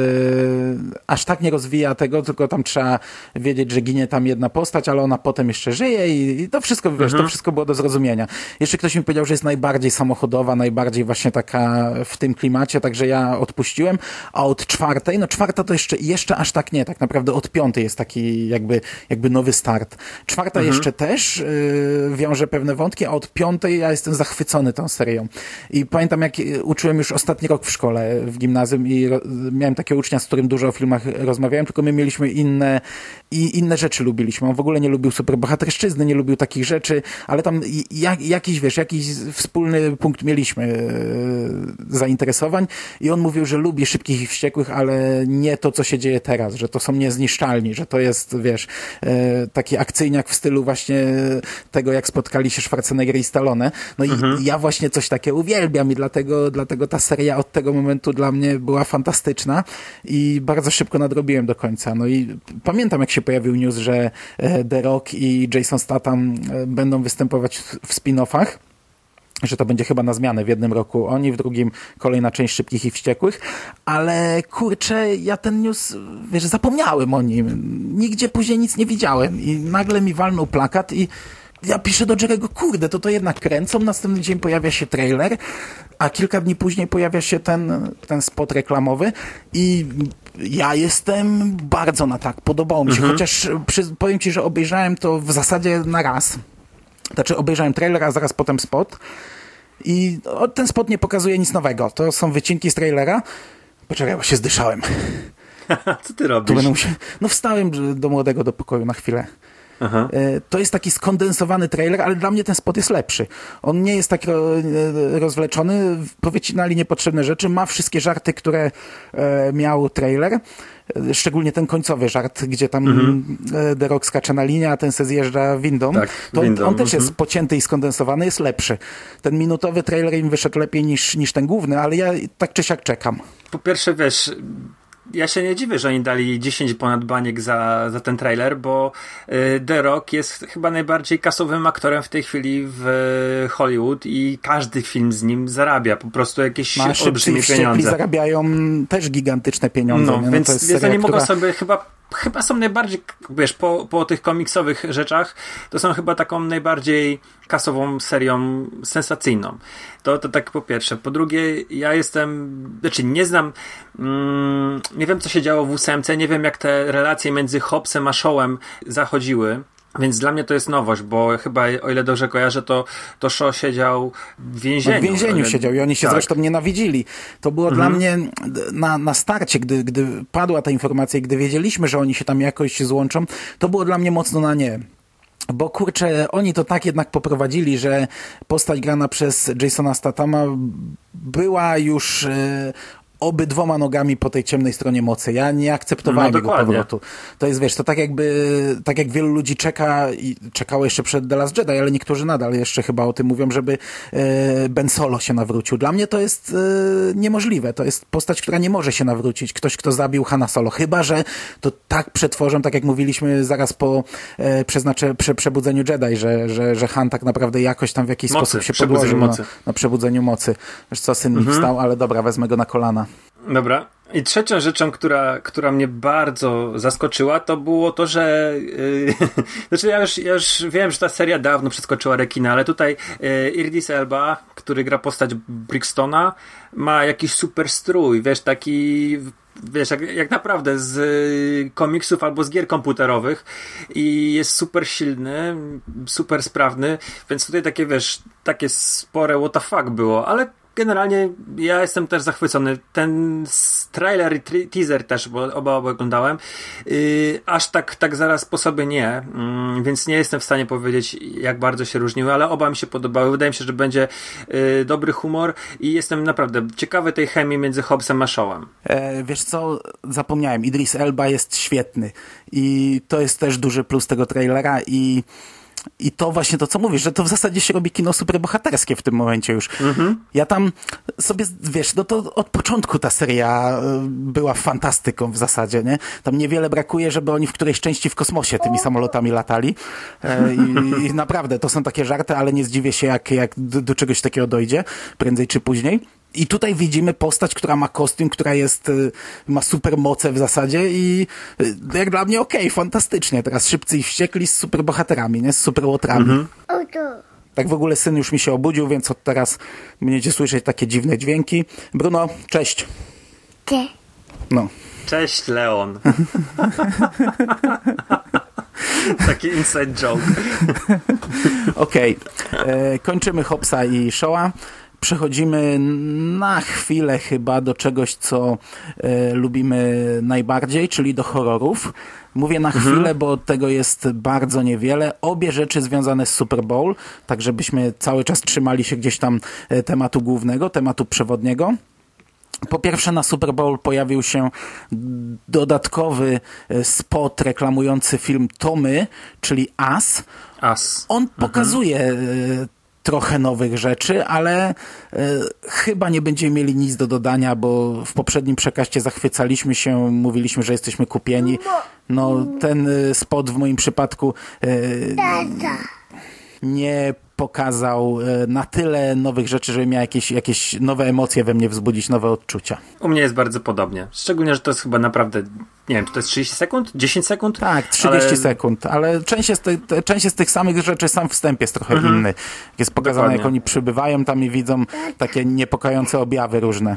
aż tak nie rozwija tego, tylko tam trzeba wiedzieć, że ginie tam jedna postać, ale ona potem jeszcze żyje i to wszystko, wiesz, to wszystko było do zrozumienia. Jeszcze ktoś mi powiedział, że jest najbardziej samochodowa, najbardziej właśnie taka w tym klimacie, także ja odpuściłem, a od czwartej, no czwarta to jeszcze aż tak nie, tak naprawdę od piątej jest taki jakby nowy start. Czwarta jeszcze też wiąże pewne wątki, a od piątej ja jestem zachwycony tą serią. I pamiętam, jak uczyłem już ostatni rok w szkole, w gimnazjum i miałem takiego ucznia, z którym dużo o filmach rozmawiałem, tylko my mieliśmy inne rzeczy lubiliśmy. On w ogóle nie lubił superbohaterszczyzny, nie lubił takich rzeczy, ale tam jakiś wspólny punkt mieliśmy zainteresowań i on mówił, że lubi Szybkich i Wściekłych, ale nie to, co się dzieje teraz, że to są niezniszczalni, że to jest, wiesz, taki akcyjniak w stylu właśnie tego, jak spotkali się Schwarzenegger i Stallone. No i ja właśnie coś takiego uwielbiam i dlatego ta seria od tego momentu dla mnie była fantastyczna i bardzo szybko nadrobiłem do końca. No i pamiętam, jak się pojawił news, że The Rock i Jason Statham będą występować w spin-offach, że to będzie chyba na zmianę w jednym roku oni, w drugim kolejna część Szybkich i Wściekłych, ale kurczę, ja ten news, wiesz, zapomniałem o nim. Nigdzie później nic nie widziałem i nagle mi walnął plakat i ja piszę do Jerry'ego, kurde, to jednak kręcą, następny dzień pojawia się trailer, a kilka dni później pojawia się ten spot reklamowy i ja jestem bardzo na tak, podobało mi się, chociaż powiem ci, że obejrzałem to w zasadzie na raz. Znaczy obejrzałem trailer, a zaraz potem spot i ten spot nie pokazuje nic nowego. To są wycinki z trailera. Poczekaj, bo się zdyszałem. Co ty robisz? No wstałem do młodego do pokoju na chwilę. Aha. To jest taki skondensowany trailer, ale dla mnie ten spot jest lepszy. On nie jest tak rozwleczony, powycinali niepotrzebne rzeczy, ma wszystkie żarty, które miał trailer. Szczególnie ten końcowy żart, gdzie tam The Rock skacze na linię, a ten se zjeżdża windą. Tak, on też jest pocięty i skondensowany, jest lepszy. Ten minutowy trailer im wyszedł lepiej niż ten główny, ale ja tak czy siak czekam. Po pierwsze, wiesz, ja się nie dziwię, że oni dali 10 ponad baniek za ten trailer, bo The Rock jest chyba najbardziej kasowym aktorem w tej chwili w Hollywood i każdy film z nim zarabia po prostu jakieś olbrzymie pieniądze. Zarabiają też gigantyczne pieniądze. No, więc oni mogą sobie chyba są najbardziej, wiesz, po tych komiksowych rzeczach, to są chyba taką najbardziej kasową serią sensacyjną. To tak po pierwsze. Po drugie, nie znam, nie wiem, co się działo w 8, nie wiem, jak te relacje między Hobbsem a Shawem zachodziły. Więc dla mnie to jest nowość, bo chyba, o ile dobrze kojarzę, to Shaw siedział w więzieniu. No w więzieniu siedział i oni się zresztą nienawidzili. To było dla mnie na starcie, gdy padła ta informacja i gdy wiedzieliśmy, że oni się tam jakoś złączą, to było dla mnie mocno na nie. Bo kurczę, oni to tak jednak poprowadzili, że postać grana przez Jasona Stathama była już obydwoma nogami po tej ciemnej stronie mocy. Ja nie akceptowałem jego powrotu. To jest, wiesz, to tak jak wielu ludzi czekało jeszcze przed The Last Jedi, ale niektórzy nadal jeszcze chyba o tym mówią, żeby Ben Solo się nawrócił. Dla mnie to jest niemożliwe. To jest postać, która nie może się nawrócić. Ktoś, kto zabił Hana Solo. Chyba że to tak przetworzą, tak jak mówiliśmy zaraz po przebudzeniu Jedi, że Han tak naprawdę jakoś tam w jakiś sposób się podłożył na przebudzeniu mocy. Wiesz co, syn mi wstał, ale dobra, wezmę go na kolana. Dobra. I trzecią rzeczą, która mnie bardzo zaskoczyła, to było to, że znaczy ja już wiem, że ta seria dawno przeskoczyła rekina, ale tutaj Idris Elba, który gra postać Brixtona, ma jakiś super strój, wiesz, taki, wiesz, jak naprawdę z komiksów albo z gier komputerowych i jest super silny, super sprawny, więc tutaj takie, wiesz, takie spore what the fuck było, ale generalnie ja jestem też zachwycony. Ten trailer i teaser też, bo oba oglądałem. Aż tak zaraz po sobie nie, więc nie jestem w stanie powiedzieć, jak bardzo się różniły, ale oba mi się podobały. Wydaje mi się, że będzie dobry humor i jestem naprawdę ciekawy tej chemii między Hobbsem a Shawem. Wiesz co, zapomniałem, Idris Elba jest świetny i to jest też duży plus tego trailera i to właśnie to, co mówisz, że to w zasadzie się robi kino superbohaterskie w tym momencie już. Ja tam sobie, wiesz, no to od początku ta seria była fantastyką w zasadzie, nie? Tam niewiele brakuje, żeby oni w którejś części w kosmosie tymi samolotami latali. I naprawdę, to są takie żarty, ale nie zdziwię się, jak do czegoś takiego dojdzie, prędzej czy później. I tutaj widzimy postać, która ma kostium, która ma super moce w zasadzie i jak dla mnie fantastycznie. Teraz Szybcy i Wściekli z super bohaterami, nie? Z super łotrami. Tak w ogóle syn już mi się obudził, więc od teraz będziecie słyszeć takie dziwne dźwięki. Bruno, cześć. Cześć. No. Cześć, Leon. Taki inside joke. Okej. Kończymy Hobbsa i Shawa. Przechodzimy na chwilę chyba do czegoś, co lubimy najbardziej, czyli do horrorów. Mówię na chwilę, bo tego jest bardzo niewiele. Obie rzeczy związane z Super Bowl, tak żebyśmy cały czas trzymali się gdzieś tam tematu głównego, tematu przewodniego. Po pierwsze na Super Bowl pojawił się dodatkowy spot reklamujący film Tommy, czyli Us. On pokazuje trochę nowych rzeczy, ale chyba nie będziemy mieli nic do dodania, bo w poprzednim przekaście zachwycaliśmy się, mówiliśmy, że jesteśmy kupieni. No, ten spot w moim przypadku nie pokazał na tyle nowych rzeczy, żeby miał jakieś nowe emocje we mnie wzbudzić, nowe odczucia. U mnie jest bardzo podobnie. Szczególnie, że to jest chyba naprawdę, nie wiem, czy to jest 30 sekund? 10 sekund? Tak, 30 sekund, ale część jest tych samych rzeczy, sam wstęp jest trochę inny. Jest pokazane, Dokładnie. jak oni przybywają tam i widzą takie niepokojące objawy różne.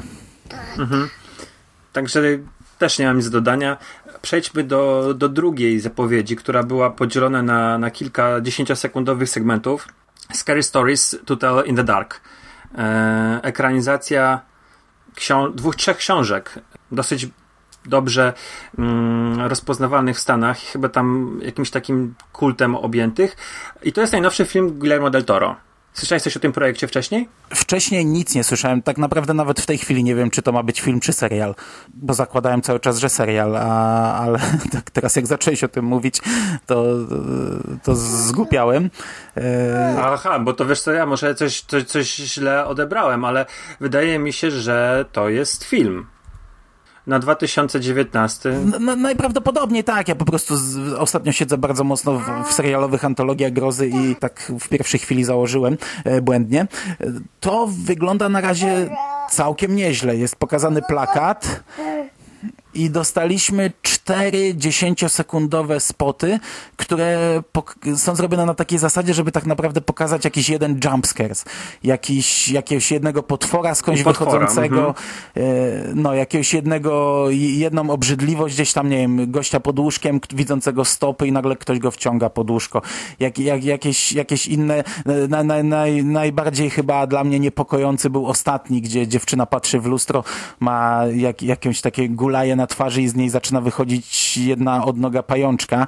Także też nie mam nic do dodania. Przejdźmy do drugiej zapowiedzi, która była podzielona na kilka 10-sekundowych segmentów. Scary Stories to Tell in the Dark. Ekranizacja 2-3 książek. Dosyć dobrze rozpoznawalnych w Stanach. Chyba tam jakimś takim kultem objętych. I to jest najnowszy film Guillermo del Toro. Słyszałeś coś o tym projekcie wcześniej? Wcześniej nic nie słyszałem. Tak naprawdę nawet w tej chwili nie wiem, czy to ma być film, czy serial. Bo zakładałem cały czas, że serial, ale tak teraz jak zacząłeś o tym mówić, to zgłupiałem. Aha, bo to wiesz co, ja może coś źle odebrałem, ale wydaje mi się, że to jest film. Na 2019. Najprawdopodobniej tak. Ja po prostu ostatnio siedzę bardzo mocno w serialowych antologiach grozy i tak w pierwszej chwili założyłem błędnie. To wygląda na razie całkiem nieźle. Jest pokazany plakat i dostaliśmy 4 10-sekundowe spoty, które są zrobione na takiej zasadzie, żeby tak naprawdę pokazać jakiś jeden jumpscares. Jakiegoś jednego potwora skądś wychodzącego, jakiegoś jedną obrzydliwość gdzieś tam, nie wiem, gościa pod łóżkiem, widzącego stopy i nagle ktoś go wciąga pod łóżko. Jakieś inne, najbardziej chyba dla mnie niepokojący był ostatni, gdzie dziewczyna patrzy w lustro, ma jakieś takie gulaje na twarzy i z niej zaczyna wychodzić jedna odnoga pajączka.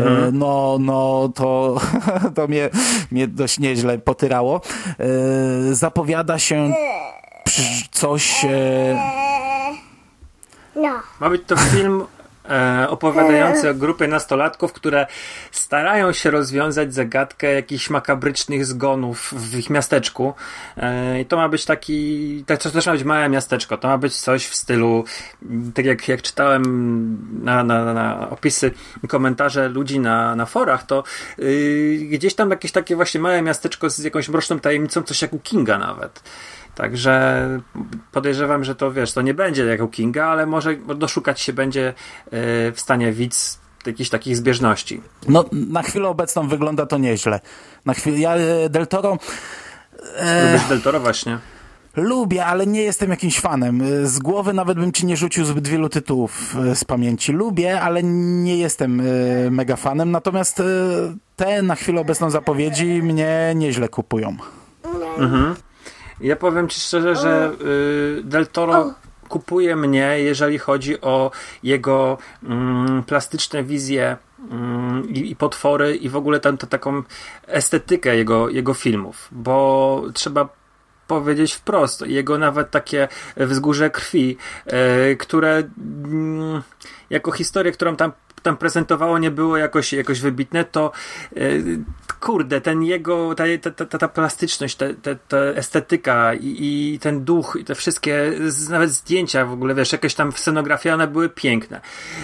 To mnie dość nieźle potyrało. Zapowiada się coś... Ma być to film opowiadający o grupie nastolatków, które starają się rozwiązać zagadkę jakichś makabrycznych zgonów w ich miasteczku. I to ma być to też ma być małe miasteczko. To ma być coś w stylu, tak jak czytałem na opisy i komentarze ludzi na forach, to gdzieś tam jakieś takie właśnie małe miasteczko z jakąś mroczną tajemnicą, coś jak u Kinga nawet. Także podejrzewam, że to to nie będzie jak u Kinga, ale może doszukać się będzie w stanie widz jakichś takich zbieżności. No, na chwilę obecną wygląda to nieźle. Ja Del Toro... Lubisz Del Toro właśnie? Lubię, ale nie jestem jakimś fanem. Z głowy nawet bym ci nie rzucił zbyt wielu tytułów z pamięci. Lubię, ale nie jestem mega fanem, natomiast te na chwilę obecną zapowiedzi mnie nieźle kupują. Ja powiem ci szczerze, że Del Toro kupuje mnie, jeżeli chodzi o jego plastyczne wizje i potwory i w ogóle taką estetykę jego filmów, bo trzeba powiedzieć wprost, jego nawet takie wzgórze krwi, które jako historię, którą tam prezentowało, nie było jakoś wybitne, to kurde, ta plastyczność, ta estetyka i ten duch, i te wszystkie nawet zdjęcia w ogóle, wiesz, jakieś tam scenografia, one były piękne.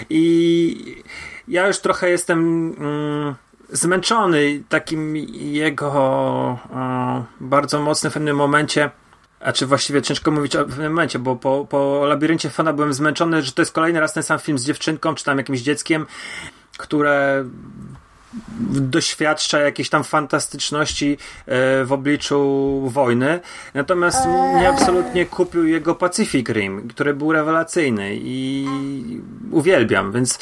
I ja już trochę jestem zmęczony takim jego bardzo mocnym w pewnym momencie, a czy właściwie ciężko mówić o pewnym momencie, bo po Labiryncie Fana byłem zmęczony, że to jest kolejny raz ten sam film z dziewczynką, czy tam jakimś dzieckiem, które doświadcza jakiejś tam fantastyczności w obliczu wojny. Natomiast mnie absolutnie kupił jego Pacific Rim, który był rewelacyjny i uwielbiam, więc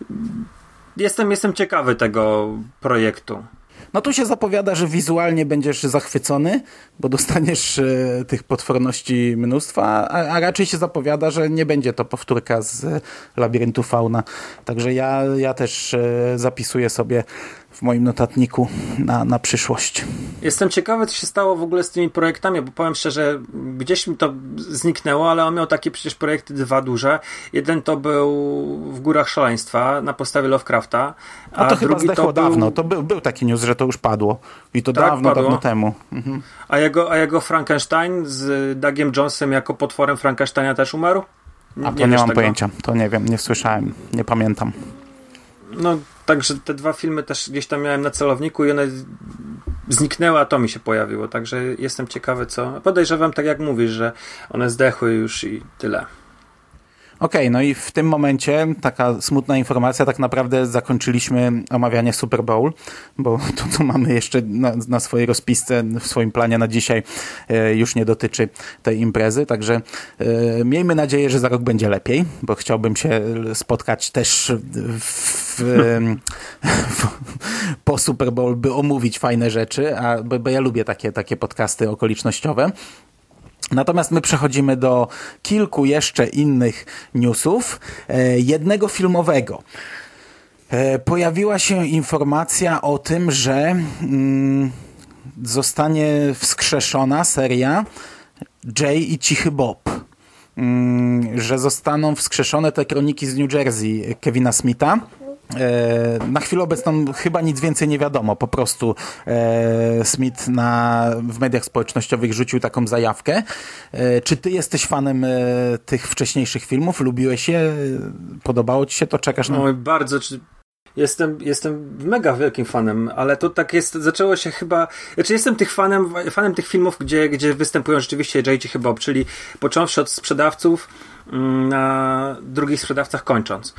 jestem ciekawy tego projektu. No tu się zapowiada, że wizualnie będziesz zachwycony, bo dostaniesz tych potworności mnóstwa, a raczej się zapowiada, że nie będzie to powtórka z Labiryntu Fauna. Także ja też zapisuję sobie w moim notatniku na przyszłość. Jestem ciekawy, co się stało w ogóle z tymi projektami, bo powiem szczerze, gdzieś mi to zniknęło, ale on miał takie przecież projekty dwa duże. Jeden to był W Górach Szaleństwa na podstawie Lovecrafta, a to chyba drugi zdechło to dawno. To był taki news, że to już padło. I to tak, dawno temu. Mhm. A jego Frankenstein z Dougiem Jonesem jako potworem Frankensteina też umarł? Nie mam pojęcia. To nie wiem, nie słyszałem, nie pamiętam. No, także te dwa filmy też gdzieś tam miałem na celowniku i one zniknęły, a to mi się pojawiło. Także jestem ciekawy, co... Podejrzewam, tak jak mówisz, że one zdechły już i tyle. Okej, no i w tym momencie taka smutna informacja, tak naprawdę zakończyliśmy omawianie Super Bowl, bo to, co mamy jeszcze na swojej rozpisce, w swoim planie na dzisiaj już nie dotyczy tej imprezy, także miejmy nadzieję, że za rok będzie lepiej, bo chciałbym się spotkać też po Super Bowl, by omówić fajne rzeczy, bo ja lubię takie podcasty okolicznościowe. Natomiast my przechodzimy do kilku jeszcze innych newsów. Jednego filmowego. Pojawiła się informacja o tym, że zostanie wskrzeszona seria Jay i Cichy Bob. Że zostaną wskrzeszone te kroniki z New Jersey Kevina Smitha. Na chwilę obecną chyba nic więcej nie wiadomo. Po prostu Smith w mediach społecznościowych rzucił taką zajawkę. Czy ty jesteś fanem tych wcześniejszych filmów? Lubiłeś je? Podobało ci się to? Czekasz na... Oj, bardzo. Jestem mega wielkim fanem, ale to tak jest, zaczęło się chyba... Znaczy jestem fanem tych filmów, gdzie występują rzeczywiście Jay Cichy Bob, czyli począwszy od sprzedawców, na drugich sprzedawcach kończąc.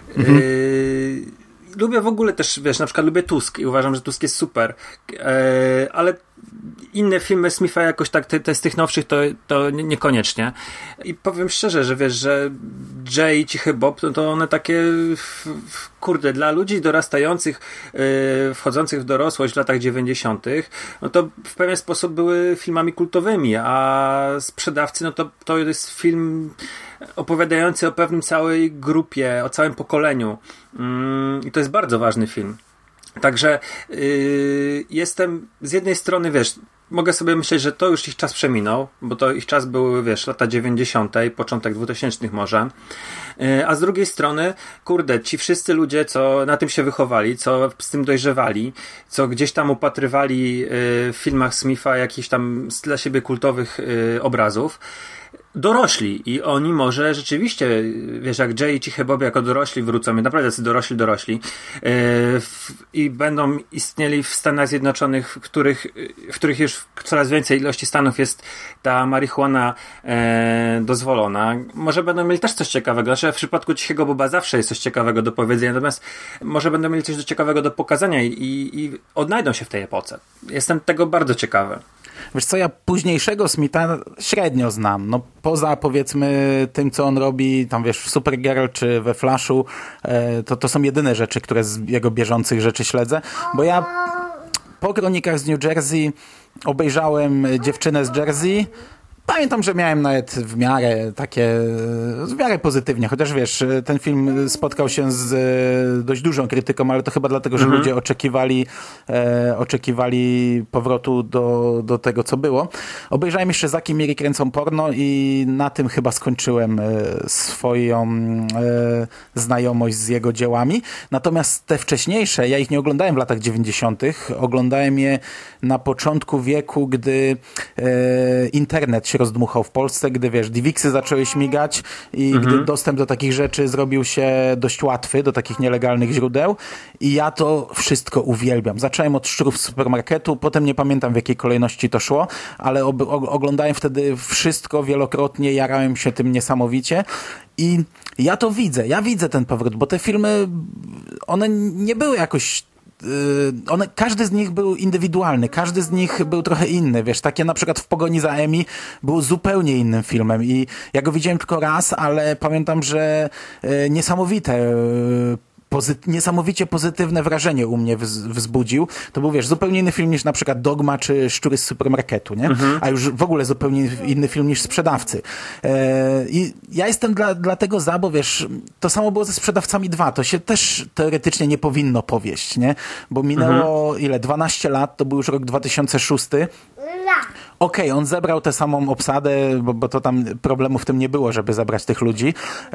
Lubię w ogóle też, wiesz, na przykład lubię Tusk i uważam, że Tusk jest super, ale inne filmy Smitha jakoś tak, te z tych nowszych to niekoniecznie. I powiem szczerze, że wiesz, że Jay i Cichy Bob to one takie kurde, dla ludzi dorastających, wchodzących w dorosłość w latach 90., no to w pewien sposób były filmami kultowymi, a Sprzedawcy, no to jest film opowiadający o pewnym całej grupie, o całym pokoleniu. I to jest bardzo ważny film. Także jestem z jednej strony, wiesz, mogę sobie myśleć, że to już ich czas przeminął, bo to ich czas był, wiesz, lata 90., początek 2000 może. A z drugiej strony, kurde, ci wszyscy ludzie, co na tym się wychowali, co z tym dojrzewali, co gdzieś tam upatrywali w filmach Smitha jakichś tam dla siebie kultowych obrazów, dorośli i oni może rzeczywiście, wiesz, jak Jay i Cichy Bob jako dorośli wrócą, naprawdę tacy dorośli i będą istnieli w Stanach Zjednoczonych, w których już coraz więcej ilości stanów jest ta marihuana dozwolona. Może będą mieli też coś ciekawego. Znaczy w przypadku Cichego Boba zawsze jest coś ciekawego do powiedzenia, natomiast może będą mieli coś ciekawego do pokazania i odnajdą się w tej epoce. Jestem tego bardzo ciekawy. Wiesz co, ja późniejszego Smitha średnio znam. No poza powiedzmy tym, co on robi tam wiesz w Supergirl czy we Flashu, to są jedyne rzeczy, które z jego bieżących rzeczy śledzę, bo ja po Kronikach z New Jersey obejrzałem Dziewczynę z Jersey. Pamiętam, że miałem nawet w miarę pozytywnie, chociaż wiesz, ten film spotkał się z dość dużą krytyką, ale to chyba dlatego, że ludzie oczekiwali powrotu do tego, co było. Obejrzałem jeszcze Zaki i Miri kręcą porno i na tym chyba skończyłem swoją znajomość z jego dziełami. Natomiast te wcześniejsze, ja ich nie oglądałem w latach 90., oglądałem je na początku wieku, gdy internet się rozdmuchał w Polsce, gdy wiesz, DivXy zaczęły śmigać i gdy dostęp do takich rzeczy zrobił się dość łatwy, do takich nielegalnych źródeł i ja to wszystko uwielbiam. Zacząłem od Szczurów z supermarketu, potem nie pamiętam w jakiej kolejności to szło, ale oglądałem wtedy wszystko wielokrotnie, jarałem się tym niesamowicie i ja to widzę, ja widzę ten powrót, bo te filmy, one nie były jakoś każdy z nich był indywidualny, każdy z nich był trochę inny, wiesz, takie na przykład W pogoni za Emmy był zupełnie innym filmem i ja go widziałem tylko raz, ale pamiętam, że niesamowicie pozytywne wrażenie u mnie wzbudził. To był, wiesz, zupełnie inny film niż na przykład Dogma czy Szczury z supermarketu, nie? A już w ogóle zupełnie inny film niż Sprzedawcy. I ja jestem dla tego za, bo wiesz, to samo było ze Sprzedawcami 2. To się też teoretycznie nie powinno powieść, nie? Bo minęło 12 lat, to był już rok 2006. Okej, on zebrał tę samą obsadę, bo to tam problemu w tym nie było, żeby zebrać tych ludzi.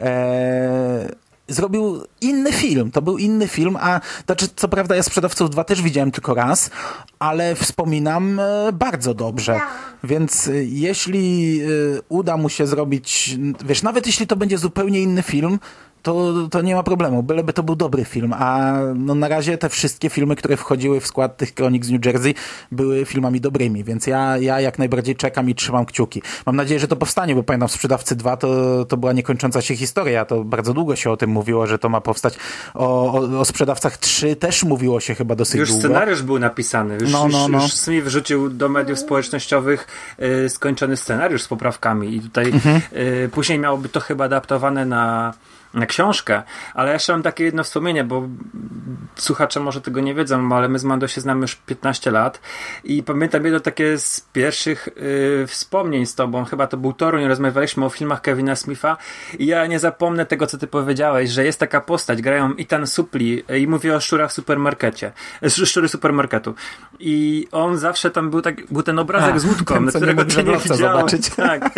Zrobił inny film, to był inny film, znaczy, co prawda ja Sprzedawców 2 też widziałem tylko raz, ale wspominam bardzo dobrze, więc jeśli uda mu się zrobić, wiesz, nawet jeśli to będzie zupełnie inny film, to nie ma problemu, byleby to był dobry film, a no na razie te wszystkie filmy, które wchodziły w skład tych Kronik z New Jersey były filmami dobrymi, więc ja jak najbardziej czekam i trzymam kciuki. Mam nadzieję, że to powstanie, bo pamiętam Sprzedawcy 2 to była niekończąca się historia, to bardzo długo się o tym mówiło, że to ma powstać. O Sprzedawcach 3 też mówiło się chyba dosyć długo. Już scenariusz był napisany, już Smith wrzucił do mediów społecznościowych skończony scenariusz z poprawkami i tutaj później miałoby to chyba adaptowane na książkę, ale jeszcze mam takie jedno wspomnienie, bo słuchacze może tego nie wiedzą, ale my z Mando się znamy już 15 lat i pamiętam jedno takie z pierwszych wspomnień z tobą, chyba to był Toruń, rozmawialiśmy o filmach Kevina Smitha i ja nie zapomnę tego, co ty powiedziałeś, że jest taka postać, grają Ethan Suplee i mówię o Szczurach w supermarkecie, Szczury supermarketu i on zawsze tam był ten obrazek z łódką, na którego ty nie widziałeś. Tak.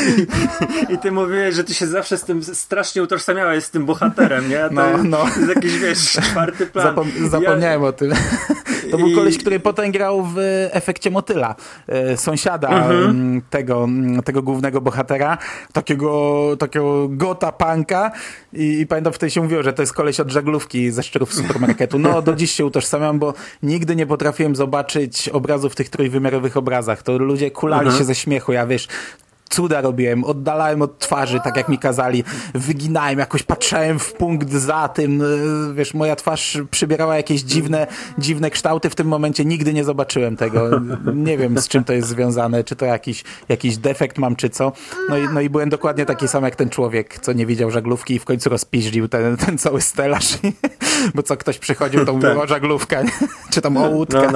I ty mówiłeś, że ty się zawsze z tym strasznie utożsamiałeś z tym bohaterem, nie? To jest jakiś, wiesz, czwarty plan. Zapomniałem o tym. To był koleś, który potem grał w Efekcie Motyla. Sąsiada tego głównego bohatera. Takiego gota punka i pamiętam, wtedy się mówiło, że to jest koleś od żaglówki ze Szczurów supermarketu. No, do dziś się utożsamiam, bo nigdy nie potrafiłem zobaczyć obrazów w tych trójwymiarowych obrazach. To ludzie kulali się ze śmiechu, ja wiesz, cuda robiłem, oddalałem od twarzy, tak jak mi kazali, wyginałem, jakoś patrzałem w punkt za tym, wiesz, moja twarz przybierała jakieś dziwne kształty, w tym momencie nigdy nie zobaczyłem tego, nie wiem, z czym to jest związane, czy to jakiś defekt mam, czy co, no i byłem dokładnie taki sam jak ten człowiek, co nie widział żaglówki i w końcu rozpiździł ten cały stelaż, bo co ktoś przychodził, to mówił o żaglówka, czy tam o łódkę.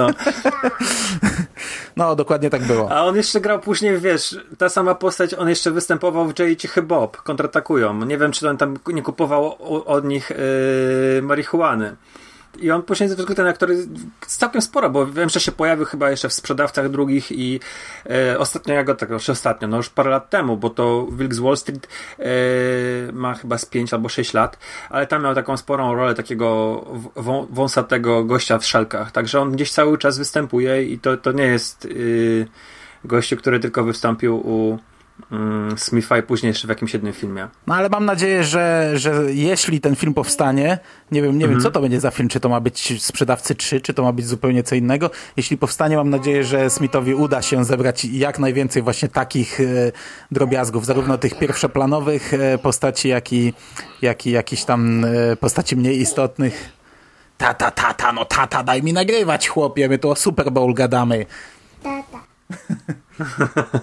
No, dokładnie tak było. A on jeszcze grał później, wiesz, ta sama postać, on jeszcze występował w Jay i Cichy Bob, Kontratakują. Nie wiem, czy on tam nie kupował od nich marihuany. I on później ze względu ten aktor całkiem sporo, bo wiem, że się pojawił chyba jeszcze w Sprzedawcach drugich i no już parę lat temu, bo to Wilk z Wall Street ma chyba z 5 albo 6 lat, ale tam miał taką sporą rolę takiego wąsatego gościa w szelkach, także on gdzieś cały czas występuje i to nie jest gościu, który tylko wystąpił u Smitha i później jeszcze w jakimś jednym filmie. No ale mam nadzieję, że jeśli ten film powstanie, nie wiem co to będzie za film, czy to ma być Sprzedawcy 3, czy to ma być zupełnie co innego. Jeśli powstanie, mam nadzieję, że Smithowi uda się zebrać jak najwięcej właśnie takich drobiazgów, zarówno tych pierwszoplanowych postaci, jak i jakichś tam postaci mniej istotnych. Tata, daj mi nagrywać, chłopie, my tu o Super Bowl gadamy. Tata.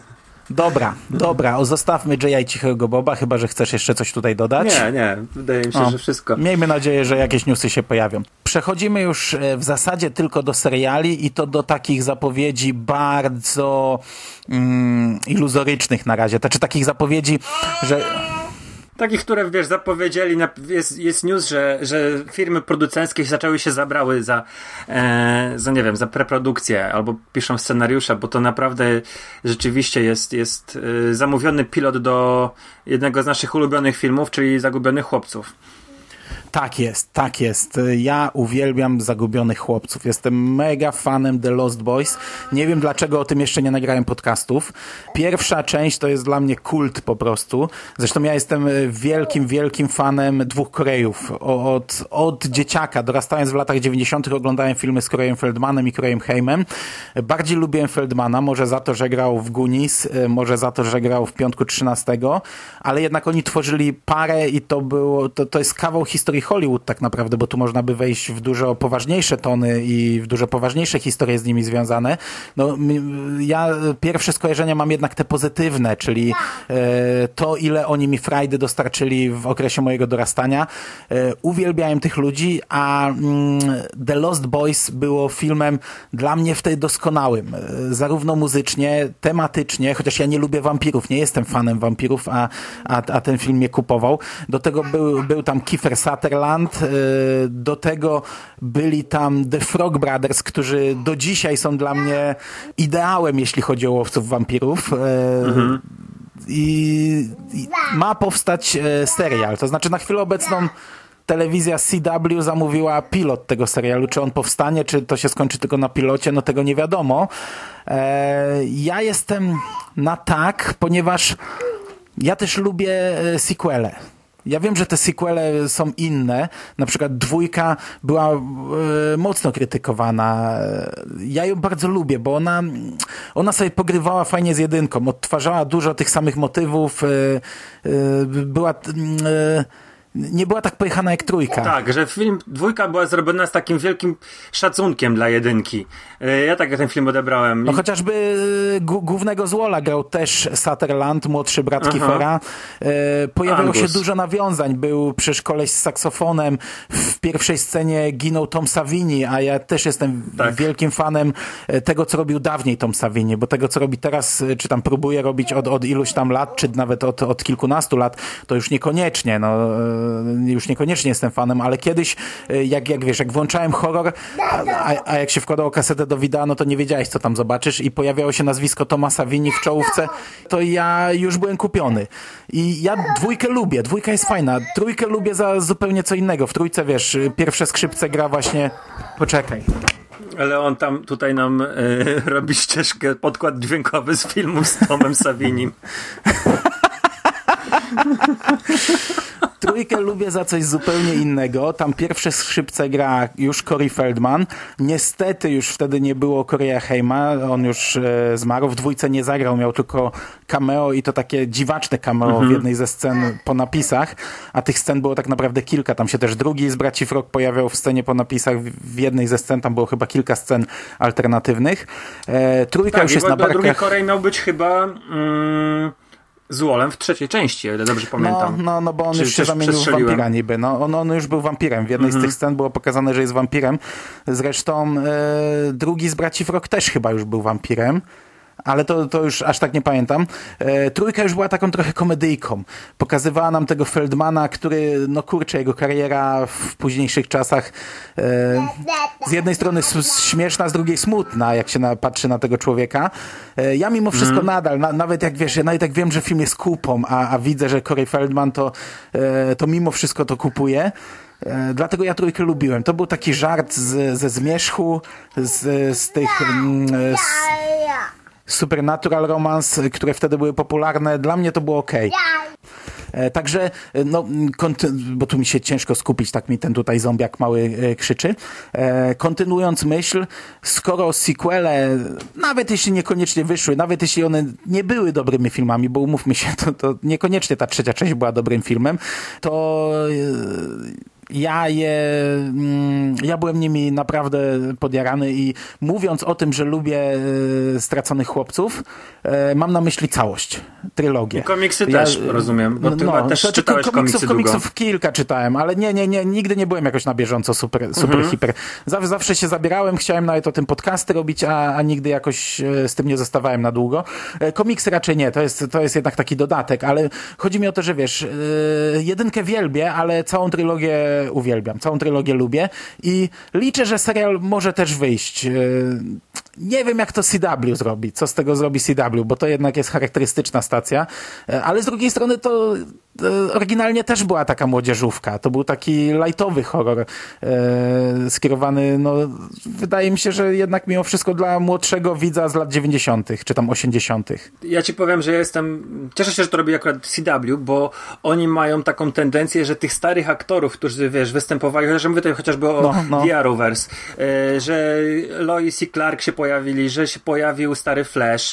Dobra, zostawmy Jaya i Cichego Boba, chyba że chcesz jeszcze coś tutaj dodać. Nie, wydaje mi się, że wszystko. Miejmy nadzieję, że jakieś newsy się pojawią. Przechodzimy już w zasadzie tylko do seriali i to do takich zapowiedzi bardzo iluzorycznych na razie. Znaczy takich zapowiedzi, że... Takich, które, wiesz, zapowiedzieli, jest news, że firmy producenckie zaczęły się zabrały za nie wiem, za preprodukcję albo piszą scenariusze, bo to naprawdę rzeczywiście jest zamówiony pilot do jednego z naszych ulubionych filmów, czyli Zagubionych Chłopców. Tak jest. Ja uwielbiam Zagubionych Chłopców. Jestem mega fanem The Lost Boys. Nie wiem, dlaczego o tym jeszcze nie nagrałem podcastów. Pierwsza część to jest dla mnie kult po prostu. Zresztą ja jestem wielkim fanem dwóch Korejów. Od dzieciaka, dorastając w latach 90. oglądałem filmy z Korejem Feldmanem i Korejem Haimem. Bardziej lubiłem Feldmana, może za to, że grał w Goonies, może za to, że grał w Piątku 13, ale jednak oni tworzyli parę i to jest kawał historii Hollywood tak naprawdę, bo tu można by wejść w dużo poważniejsze tony i w dużo poważniejsze historie z nimi związane. No, ja pierwsze skojarzenia mam jednak te pozytywne, czyli to, ile oni mi frajdy dostarczyli w okresie mojego dorastania. Uwielbiałem tych ludzi, a The Lost Boys było filmem dla mnie wtedy doskonałym. Zarówno muzycznie, tematycznie, chociaż ja nie lubię wampirów, nie jestem fanem wampirów, a ten film mnie kupował. Do tego był tam Kiefer Sutherland, do tego byli tam The Frog Brothers, którzy do dzisiaj są dla mnie ideałem, jeśli chodzi o łowców wampirów. I ma powstać serial, to znaczy na chwilę obecną telewizja CW zamówiła pilot tego serialu. Czy on powstanie, czy to się skończy tylko na pilocie, no tego nie wiadomo. Ja jestem na tak, ponieważ ja też lubię sequele. Ja wiem, że te sequele są inne. Na przykład 2 była mocno krytykowana. Ja ją bardzo lubię, bo ona sobie pogrywała fajnie z 1. Odtwarzała dużo tych samych motywów. Nie była tak pojechana jak 3. Tak, że film 2 była zrobiona z takim wielkim szacunkiem dla 1. Ja tak ten film odebrałem. No chociażby głównego złola grał też Sutherland, młodszy brat Kiefera. Pojawiało się dużo nawiązań. Był przecież koleś z saksofonem. W pierwszej scenie ginął Tom Savini, a ja też jestem wielkim fanem tego, co robił dawniej Tom Savini, bo tego, co robi teraz, czy tam próbuje robić od iluś tam lat, czy nawet od kilkunastu lat, to już niekoniecznie. Już niekoniecznie jestem fanem, ale kiedyś, jak wiesz, jak włączałem horror, a jak się wkładało kasetę do wideo, no to nie wiedziałeś, co tam zobaczysz i pojawiało się nazwisko Toma Savini w czołówce, to ja już byłem kupiony. I ja 2 lubię, 2 jest fajna, 3 lubię za zupełnie co innego. W 3, wiesz, pierwsze skrzypce gra właśnie... Poczekaj. Ale on tam tutaj nam robi ścieżkę, podkład dźwiękowy z filmu z Tomem Savinim. 3 lubię za coś zupełnie innego. Tam pierwsze skrzypce gra już Corey Feldman. Niestety już wtedy nie było Koreya Haima. On już zmarł. W 2 nie zagrał. Miał tylko cameo i to takie dziwaczne cameo w jednej ze scen po napisach. A tych scen było tak naprawdę kilka. Tam się też drugi z braci Frog pojawiał w scenie po napisach. W jednej ze scen tam było chyba kilka scen alternatywnych. 3 już jest na barkach. Drugi Korej miał być chyba... z Wolem w 3 części, o ile dobrze pamiętam. No bo on już się zamienił w wampira niby. No, on już był wampirem. W jednej z tych scen było pokazane, że jest wampirem. Zresztą drugi z braci Frog też chyba już był wampirem. Ale to już aż tak nie pamiętam. 3 już była taką trochę komedyjką. Pokazywała nam tego Feldmana, który, no kurczę, jego kariera w późniejszych czasach z jednej strony śmieszna, z drugiej smutna, jak się patrzy na tego człowieka. Ja mimo wszystko nadal, nawet jak wiesz, nawet jak wiem, że film jest kupą, a widzę, że Corey Feldman to mimo wszystko to kupuje. Dlatego ja 3 lubiłem. To był taki żart ze zmierzchu, z tych... Supernatural Romance, które wtedy były popularne, dla mnie to było okej. Także, no, bo tu mi się ciężko skupić, tak mi ten tutaj zombiak mały krzyczy. Kontynuując myśl, skoro sequele, nawet jeśli niekoniecznie wyszły, nawet jeśli one nie były dobrymi filmami, bo umówmy się, to niekoniecznie ta 3 część była dobrym filmem, to Ja byłem nimi naprawdę podjarany i mówiąc o tym, że lubię Straconych Chłopców, mam na myśli całość, trylogię. I komiksy też, rozumiem, bo ty chyba też czytałeś komiksów kilka czytałem, ale nie, nigdy nie byłem jakoś na bieżąco super hiper. Zawsze się zabierałem, chciałem nawet o tym podcasty robić, a nigdy jakoś z tym nie zostawałem na długo. Komiksy raczej nie, to jest jednak taki dodatek, ale chodzi mi o to, że wiesz, jedynkę wielbię, ale całą trylogię uwielbiam, całą trylogię lubię i liczę, że serial może też wyjść. Nie wiem, jak to CW zrobi, co z tego zrobi CW, bo to jednak jest charakterystyczna stacja, ale z drugiej strony to oryginalnie też była taka młodzieżówka. To był taki lightowy horror skierowany, no wydaje mi się, że jednak mimo wszystko dla młodszego widza z lat 90. czy tam 80. Ja ci powiem, że cieszę się, że to robi akurat CW, bo oni mają taką tendencję, że tych starych aktorów, którzy wiesz, występowali, chociaż mówię tutaj chociażby o The Arrowverse, że Lois i Clark się pojawili, że się pojawił stary Flash,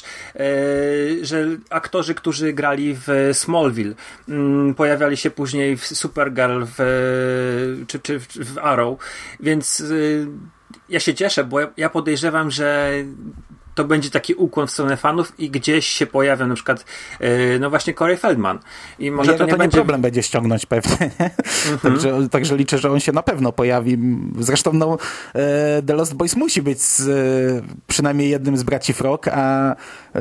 że aktorzy, którzy grali w Smallville, pojawiali się później w Supergirl czy w Arrow, więc ja się cieszę, bo ja podejrzewam, że to będzie taki ukłon w stronę fanów i gdzieś się pojawia na przykład no właśnie Corey Feldman. I może to nie będzie problem będzie ściągnąć pewnie. Także liczę, że on się na pewno pojawi. Zresztą no, The Lost Boys musi być przynajmniej jednym z braci Frog, a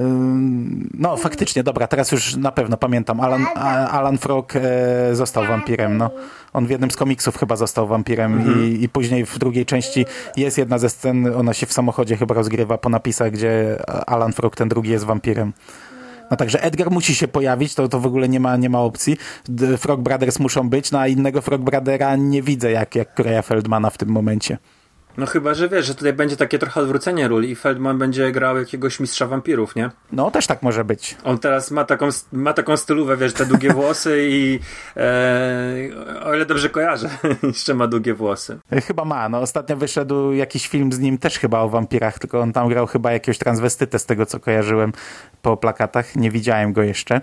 no faktycznie, dobra, teraz już na pewno pamiętam. Alan Frog został wampirem, no. On w jednym z komiksów chyba został wampirem i później w drugiej części jest jedna ze scen, ona się w samochodzie chyba rozgrywa po napisach, gdzie Alan Frog, ten drugi, jest wampirem. No także Edgar musi się pojawić, to w ogóle nie ma opcji. Frog Brothers muszą być, no a innego Frog Brothera nie widzę jak Corey'a Feldmana w tym momencie. No chyba, że wiesz, że tutaj będzie takie trochę odwrócenie ról i Feldman będzie grał jakiegoś mistrza wampirów, nie? No też tak może być. On teraz ma taką stylówę, wiesz, te długie włosy i o ile dobrze kojarzę, jeszcze ma długie włosy. Chyba ma, no ostatnio wyszedł jakiś film z nim też chyba o wampirach, tylko on tam grał chyba jakiegoś transwestytę z tego, co kojarzyłem po plakatach, nie widziałem go jeszcze.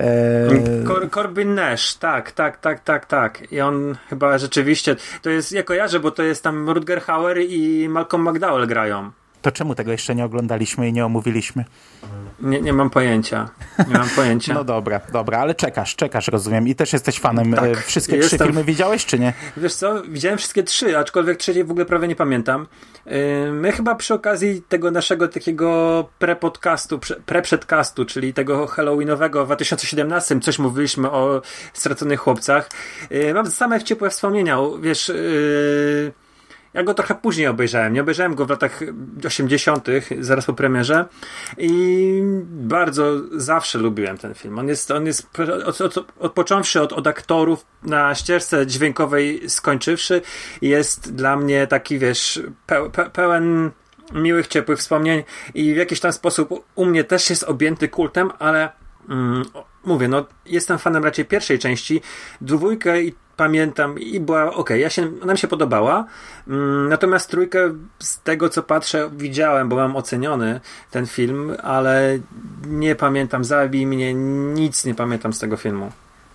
Corbin Nash, tak. I on chyba rzeczywiście, to jest, ja kojarzę, bo to jest tam Rutger Hauer i Malcolm McDowell grają. To czemu tego jeszcze nie oglądaliśmy i nie omówiliśmy? Nie mam pojęcia. No dobra, ale czekasz, rozumiem. I też jesteś fanem. Tak, wszystkie trzy filmy widziałeś, czy nie? Wiesz co, widziałem wszystkie trzy, aczkolwiek trzeciej w ogóle prawie nie pamiętam. My chyba przy okazji tego naszego takiego pre-przedcastu, czyli tego halloweenowego w 2017, coś mówiliśmy o Straconych Chłopcach. Mam same ciepłe wspomnienia. Wiesz... Ja go trochę później obejrzałem. Nie obejrzałem go w latach 80., zaraz po premierze i bardzo zawsze lubiłem ten film. On jest począwszy od aktorów na ścieżce dźwiękowej skończywszy, jest dla mnie taki, wiesz, pełen miłych, ciepłych wspomnień i w jakiś tam sposób u mnie też jest objęty kultem, ale mówię, no jestem fanem raczej pierwszej części. Dwójkę i pamiętam i była okej, ona mi się podobała, natomiast trójkę z tego co patrzę widziałem, bo mam oceniony ten film, ale nie pamiętam, zabij mnie, nic nie pamiętam z tego filmu.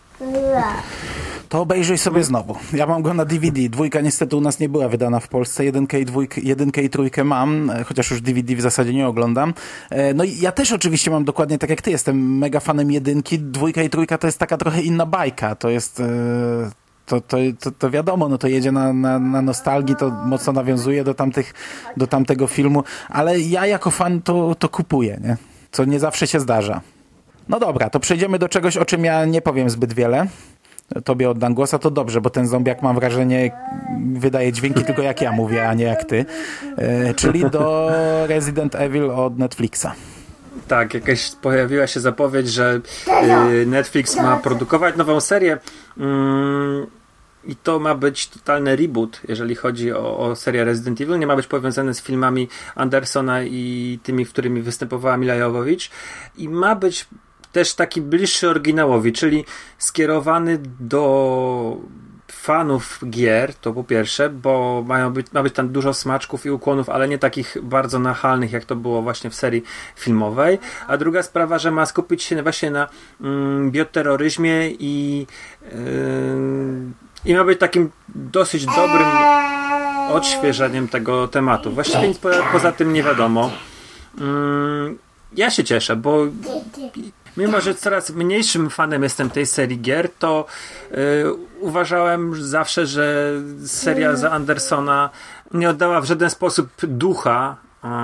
To obejrzyj sobie znowu. Ja mam go na DVD. Dwójka niestety u nas nie była wydana w Polsce. Jedynkę i trójkę mam, chociaż już DVD w zasadzie nie oglądam. No i ja też oczywiście mam dokładnie tak jak ty. Jestem mega fanem jedynki. Dwójka i trójka to jest taka trochę inna bajka. To jest... To wiadomo, no to jedzie na nostalgii, to mocno nawiązuje do tamtego filmu, ale ja jako fan to kupuję, nie? Co nie zawsze się zdarza. No dobra, to przejdziemy do czegoś, o czym ja nie powiem zbyt wiele. Tobie oddam głos, a to dobrze, bo ten zombiak, mam wrażenie, wydaje dźwięki tylko jak ja mówię, a nie jak ty. Czyli do Resident Evil od Netflixa. Tak, jakaś pojawiła się zapowiedź, że Netflix ma produkować nową serię i to ma być totalny reboot, jeżeli chodzi o serię Resident Evil. Nie ma być powiązane z filmami Andersona i tymi, w którymi występowała Mila Jovovich. I ma być też taki bliższy oryginałowi, czyli skierowany do fanów gier, to po pierwsze, bo ma być tam dużo smaczków i ukłonów, ale nie takich bardzo nachalnych, jak to było właśnie w serii filmowej. A druga sprawa, że ma skupić się właśnie na bioterroryzmie i I ma być takim dosyć dobrym odświeżeniem tego tematu. Właściwie nic poza tym nie wiadomo. Ja się cieszę, bo mimo, że coraz mniejszym fanem jestem tej serii gier, to uważałem zawsze, że seria za Andersona nie oddała w żaden sposób ducha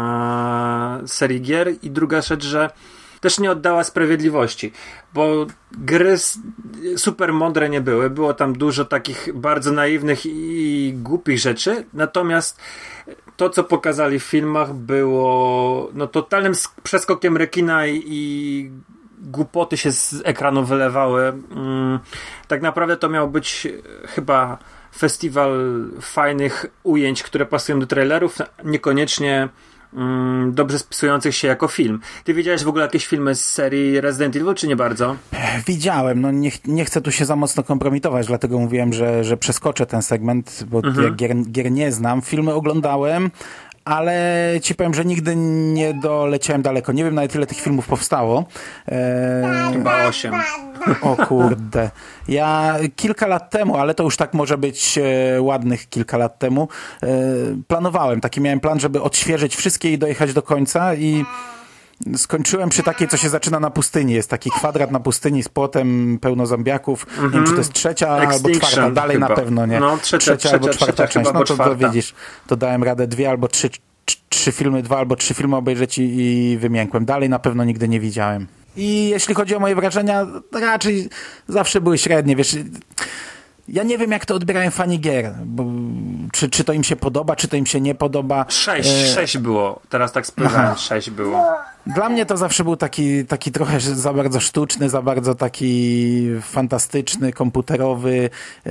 serii gier i druga rzecz, że też nie oddała sprawiedliwości, bo gry super mądre nie były, było tam dużo takich bardzo naiwnych i głupich rzeczy, natomiast to, co pokazali w filmach, było totalnym przeskokiem rekina i głupoty się z ekranu wylewały. Tak naprawdę to miał być chyba festiwal fajnych ujęć, które pasują do trailerów, niekoniecznie dobrze spisujących się jako film. Ty widziałeś w ogóle jakieś filmy z serii Resident Evil, czy nie bardzo? Widziałem, nie chcę tu się za mocno kompromitować, dlatego mówiłem, że przeskoczę ten segment, bo ja gier nie znam. Filmy oglądałem, ale ci powiem, że nigdy nie doleciałem daleko. Nie wiem, nawet ile tych filmów powstało. Chyba 8. O kurde. Ja kilka lat temu, ale to już tak może być ładnych kilka lat temu, planowałem. Taki miałem plan, żeby odświeżyć wszystkie i dojechać do końca i skończyłem przy takiej, co się zaczyna na pustyni. Jest taki kwadrat na pustyni z płotem, pełno zombiaków. Nie wiem, czy to jest trzecia albo czwarta. Dalej chyba. Na pewno nie. No, trzecia albo czwarta część. No to widzisz, to dałem radę 2 albo 3 filmy, 2 albo 3 filmy obejrzeć i wymiękłem. Dalej na pewno nigdy nie widziałem. I jeśli chodzi o moje wrażenia, raczej zawsze były średnie, wiesz. Ja nie wiem, jak to odbierają fani gier, bo czy to im się podoba, czy to im się nie podoba. 6 było, teraz tak spojrzałem, 6 było. Dla mnie to zawsze był taki trochę za bardzo sztuczny, za bardzo taki fantastyczny, komputerowy,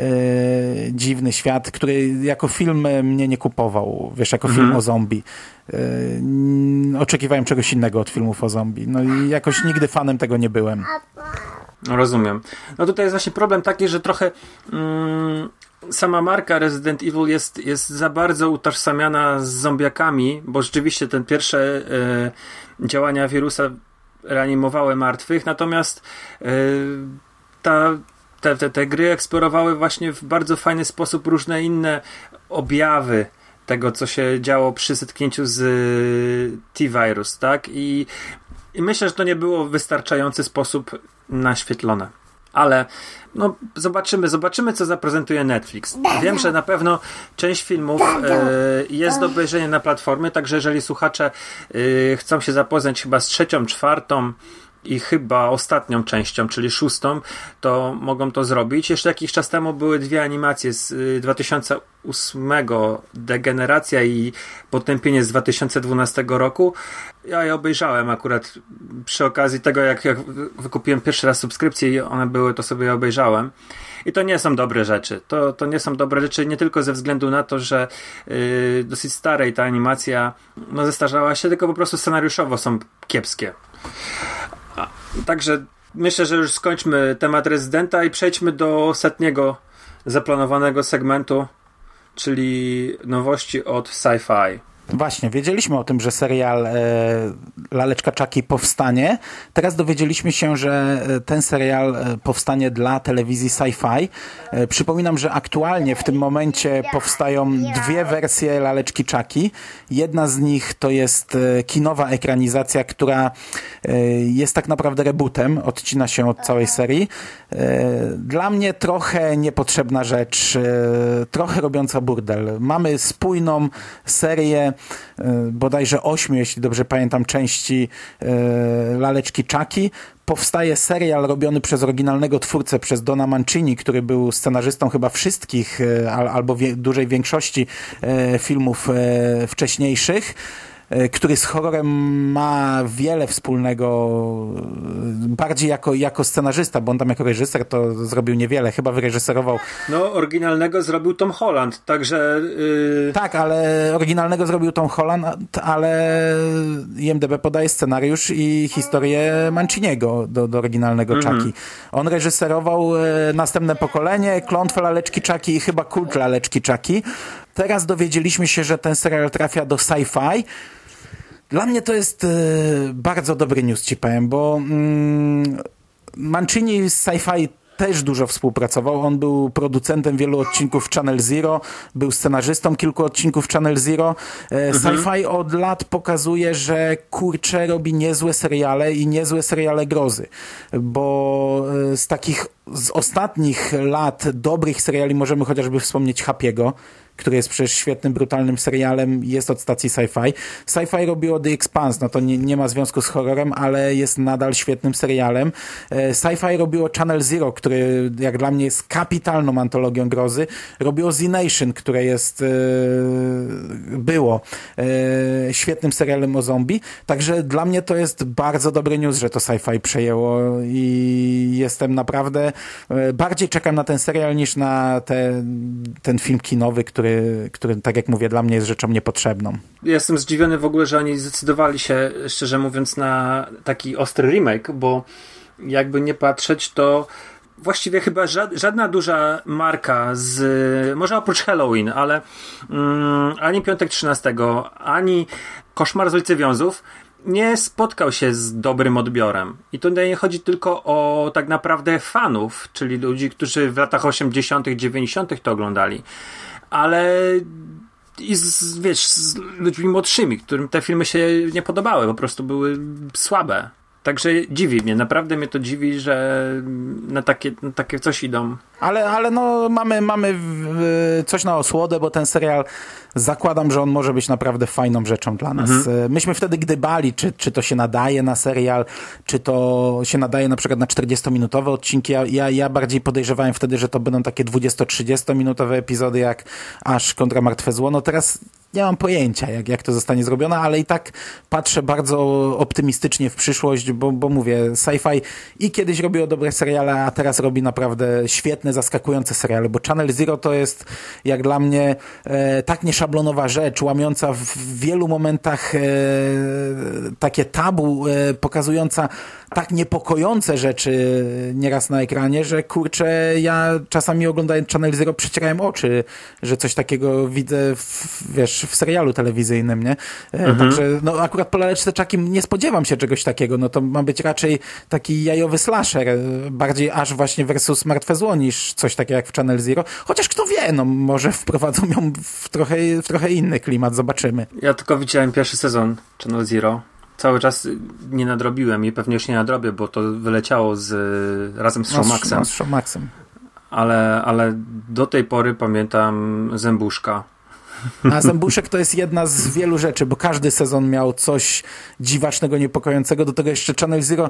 dziwny świat, który jako film mnie nie kupował, wiesz, jako film o zombie. Oczekiwałem czegoś innego od filmów o zombie. No i jakoś nigdy fanem tego nie byłem. Rozumiem. No tutaj jest właśnie problem taki, że trochę sama marka Resident Evil jest za bardzo utożsamiana z zombiakami, bo rzeczywiście te pierwsze działania wirusa reanimowały martwych, natomiast te gry eksplorowały właśnie w bardzo fajny sposób różne inne objawy tego, co się działo przy zetknięciu z T-Virus, tak? I myślę, że to nie było w wystarczający sposób naświetlone. Ale zobaczymy, co zaprezentuje Netflix. Wiem, że na pewno część filmów jest do obejrzenia na platformie, także jeżeli słuchacze chcą się zapoznać chyba z 3., 4. i chyba ostatnią częścią, czyli 6, to mogą to zrobić. Jeszcze jakiś czas temu były 2 animacje z 2008, Degeneracja i Potępienie z 2012 roku. Ja je obejrzałem akurat przy okazji tego, jak wykupiłem pierwszy raz subskrypcję i one były, to sobie je obejrzałem. I to nie są dobre rzeczy. To nie są dobre rzeczy nie tylko ze względu na to, że dosyć stare i ta animacja zestarzała się, tylko po prostu scenariuszowo są kiepskie. Także myślę, że już skończmy temat Rezydenta i przejdźmy do ostatniego zaplanowanego segmentu, czyli nowości od Sci-Fi. Właśnie, wiedzieliśmy o tym, że serial Laleczka Chucky powstanie. Teraz dowiedzieliśmy się, że ten serial powstanie dla telewizji Sci-Fi. Przypominam, że aktualnie w tym momencie powstają 2 wersje Laleczki Chucky. Jedna z nich to jest kinowa ekranizacja, która jest tak naprawdę rebootem, odcina się od całej serii. Dla mnie trochę niepotrzebna rzecz, trochę robiąca burdel. Mamy spójną serię, bodajże 8, jeśli dobrze pamiętam, części Laleczki Chucky. Powstaje serial robiony przez oryginalnego twórcę, przez Dona Mancini, który był scenarzystą chyba wszystkich albo dużej większości filmów wcześniejszych, który z horrorem ma wiele wspólnego, bardziej jako scenarzysta, bo on tam jako reżyser to zrobił niewiele, chyba wyreżyserował. No, oryginalnego zrobił Tom Holland, także... Tak, ale oryginalnego zrobił Tom Holland, ale IMDb podaje scenariusz i historię Manciniego do oryginalnego Chucky. On reżyserował Następne pokolenie, Klątwę Laleczki Chucky i chyba Kult Laleczki Chucky. Teraz dowiedzieliśmy się, że ten serial trafia do Sci-Fi. Dla mnie to jest bardzo dobry news, ci powiem, bo Mancini z Sci-Fi też dużo współpracował. On był producentem wielu odcinków Channel Zero, był scenarzystą kilku odcinków Channel Zero. Sci-Fi od lat pokazuje, że kurczę robi niezłe seriale i niezłe seriale grozy, bo z ostatnich lat dobrych seriali możemy chociażby wspomnieć Happy'ego, który jest przecież świetnym, brutalnym serialem, jest od stacji Sci-Fi. Sci-Fi robiło The Expanse, no to nie ma związku z horrorem, ale jest nadal świetnym serialem. Sci-Fi robiło Channel Zero, który jak dla mnie jest kapitalną antologią grozy. Robiło Z Nation, które było świetnym serialem o zombie. Także dla mnie to jest bardzo dobry news, że to Sci-Fi przejęło i jestem naprawdę bardziej czekam na ten serial niż na ten film kinowy, który, tak jak mówię, dla mnie jest rzeczą niepotrzebną. Jestem zdziwiony w ogóle, że oni zdecydowali się, szczerze mówiąc, na taki ostry remake, bo jakby nie patrzeć, to właściwie chyba żadna duża marka może oprócz Halloween, ale ani Piątek 13, ani Koszmar z ulicy Wiązów nie spotkał się z dobrym odbiorem. I tu nie chodzi tylko o tak naprawdę fanów, czyli ludzi, którzy w latach 80., 90. to oglądali, ale i z ludźmi młodszymi, którym te filmy się nie podobały, po prostu były słabe. Także dziwi mnie, naprawdę mnie to dziwi, że na takie coś idą. Ale no mamy coś na osłodę, bo ten serial zakładam, że on może być naprawdę fajną rzeczą dla nas. Myśmy wtedy gdybali, czy to się nadaje na serial, czy to się nadaje na przykład na 40-minutowe odcinki. Ja bardziej podejrzewałem wtedy, że to będą takie 20-30 minutowe epizody jak Ash kontra Martwe Zło. No teraz nie mam pojęcia, jak to zostanie zrobione, ale i tak patrzę bardzo optymistycznie w przyszłość, bo mówię, Sci-Fi i kiedyś robiło dobre seriale, a teraz robi naprawdę świetne, zaskakujące seriale, bo Channel Zero to jest jak dla mnie tak nieszablonowa rzecz, łamiąca w wielu momentach takie tabu, pokazująca tak niepokojące rzeczy nieraz na ekranie, że kurczę, ja czasami oglądając Channel Zero przecierałem oczy, że coś takiego widzę w serialu telewizyjnym, nie? Także no akurat po Laleczce Chucky nie spodziewam się czegoś takiego, no to ma być raczej taki jajowy slasher, bardziej Aż właśnie versus Martwe Zło niż coś takiego jak w Channel Zero, chociaż kto wie, no może wprowadzą ją w trochę inny klimat, zobaczymy. Ja tylko widziałem pierwszy sezon Channel Zero. Cały czas nie nadrobiłem i pewnie już nie nadrobię, bo to wyleciało razem z Showmaxem. Z Showmaxem. Ale do tej pory pamiętam Zębuszka. A Zębuszek to jest jedna z wielu rzeczy, bo każdy sezon miał coś dziwacznego, niepokojącego. Do tego jeszcze Channel Zero.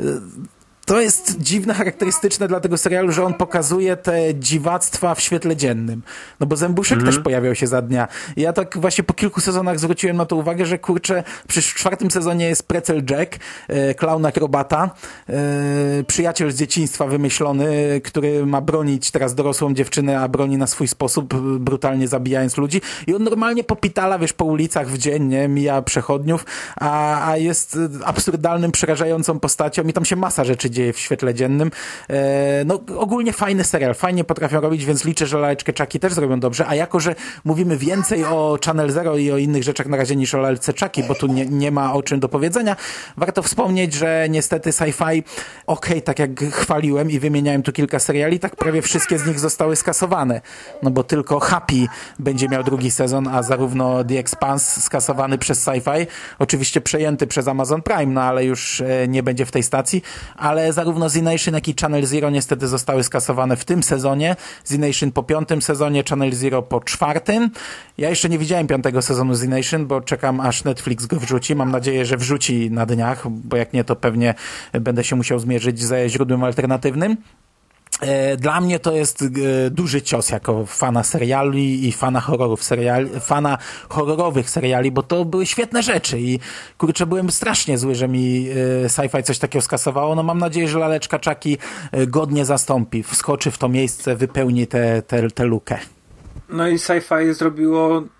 To jest dziwne, charakterystyczne dla tego serialu, że on pokazuje te dziwactwa w świetle dziennym. No bo Zębuszek też pojawiał się za dnia. I ja tak właśnie po kilku sezonach zwróciłem na to uwagę, że kurczę, przecież w 4. sezonie jest Pretzel Jack, klaun akrobata, przyjaciel z dzieciństwa wymyślony, który ma bronić teraz dorosłą dziewczynę, a broni na swój sposób, brutalnie zabijając ludzi. I on normalnie popitala, po ulicach w dzień, nie? Mija przechodniów, a jest absurdalnym, przerażającą postacią i tam się masa rzeczy dzieje w świetle dziennym. No ogólnie fajny serial, fajnie potrafią robić, więc liczę, że Laleczkę Chucky też zrobią dobrze, a jako, że mówimy więcej o Channel Zero i o innych rzeczach na razie niż o Laleczce Chucky, bo tu nie ma o czym do powiedzenia, warto wspomnieć, że niestety Sci-Fi, tak jak chwaliłem i wymieniałem tu kilka seriali, tak prawie wszystkie z nich zostały skasowane, no bo tylko Happy będzie miał drugi sezon, a zarówno The Expanse skasowany przez Sci-Fi, oczywiście przejęty przez Amazon Prime, no ale już nie będzie w tej stacji, ale zarówno Z Nation, jak i Channel Zero niestety zostały skasowane w tym sezonie. Z Nation po 5. sezonie, Channel Zero po 4. Ja jeszcze nie widziałem 5. sezonu Z Nation, bo czekam aż Netflix go wrzuci. Mam nadzieję, że wrzuci na dniach, bo jak nie, to pewnie będę się musiał zmierzyć ze źródłem alternatywnym. Dla mnie to jest duży cios jako fana seriali i fana horrorowych seriali, bo to były świetne rzeczy i kurczę, byłem strasznie zły, że mi Sci-Fi coś takiego skasowało. No mam nadzieję, że Laleczka Chucky godnie zastąpi, wskoczy w to miejsce, wypełni tę lukę. No i Sci-Fi zrobiło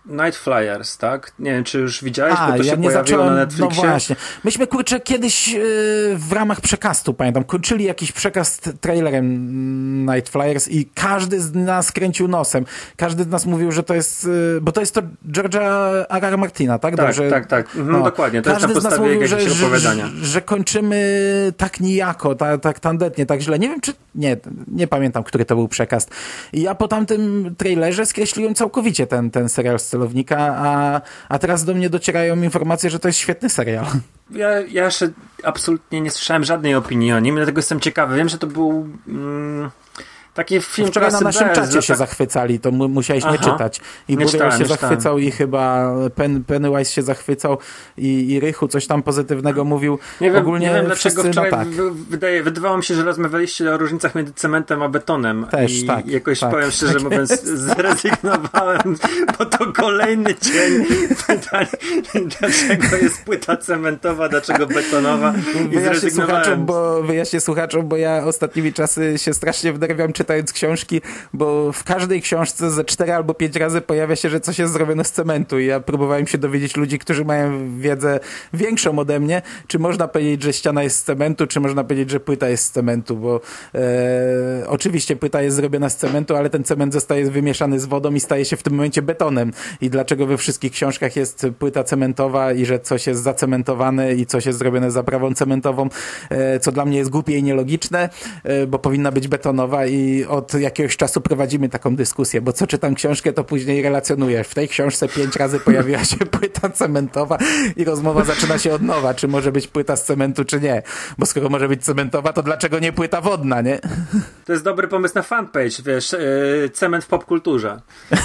Night Flyers, tak? Nie wiem, czy już widziałeś, bo to ja się nie pojawiło zacząłem, na Netflixie. No właśnie. Myśmy, kurczę, kiedyś w ramach przekastu, pamiętam, kończyli jakiś przekaz trailerem Night Flyers i każdy z nas kręcił nosem. Każdy z nas mówił, że to jest, bo to jest to George'a R.R. Martina, tak? Tak, Dobrze? tak. No, dokładnie, to jest na każdy z nas podstawie mówił, jakiegoś opowiadania. że kończymy tak nijako, tak tandetnie, tak źle. Nie wiem, czy... Nie pamiętam, który to był przekaz. I ja po tamtym trailerze skreśliłem całkowicie ten serial z Celownika, a teraz do mnie docierają informacje, że to jest świetny serial. Ja jeszcze absolutnie nie słyszałem żadnej opinii o nim, dlatego jestem ciekawy. Wiem, że to był taki film wczoraj na naszym czacie się zachwycali, to musiałeś nie czytać. I Burial się zachwycał i chyba Pennywise się zachwycał i Rychu coś tam pozytywnego mówił. Nie wiem dlaczego wszyscy, wczoraj tak. wydawało mi się, że rozmawialiście o różnicach między cementem a betonem. Też, i tak. jakoś tak, powiem szczerze tak mówiąc, zrezygnowałem, bo to kolejny dzień pytań, dlaczego jest płyta cementowa, dlaczego betonowa i zrezygnowałem. Wyjaśnię słuchaczom, bo ja ostatnimi czasy się strasznie wnerwiam czytając książki, bo w każdej książce ze 4 albo 5 razy pojawia się, że coś jest zrobione z cementu i ja próbowałem się dowiedzieć ludzi, którzy mają wiedzę większą ode mnie, czy można powiedzieć, że ściana jest z cementu, czy można powiedzieć, że płyta jest z cementu, bo oczywiście płyta jest zrobiona z cementu, ale ten cement zostaje wymieszany z wodą i staje się w tym momencie betonem. I dlaczego we wszystkich książkach jest płyta cementowa i że coś jest zacementowane i coś jest zrobione zaprawą cementową, co dla mnie jest głupie i nielogiczne, bo powinna być betonowa i od jakiegoś czasu prowadzimy taką dyskusję, bo co czytam książkę, to później relacjonuję. W tej książce 5 razy pojawiła się płyta cementowa i rozmowa zaczyna się od nowa, czy może być płyta z cementu, czy nie. Bo skoro może być cementowa, to dlaczego nie płyta wodna, nie? To jest dobry pomysł na fanpage, wiesz, cement w popkulturze.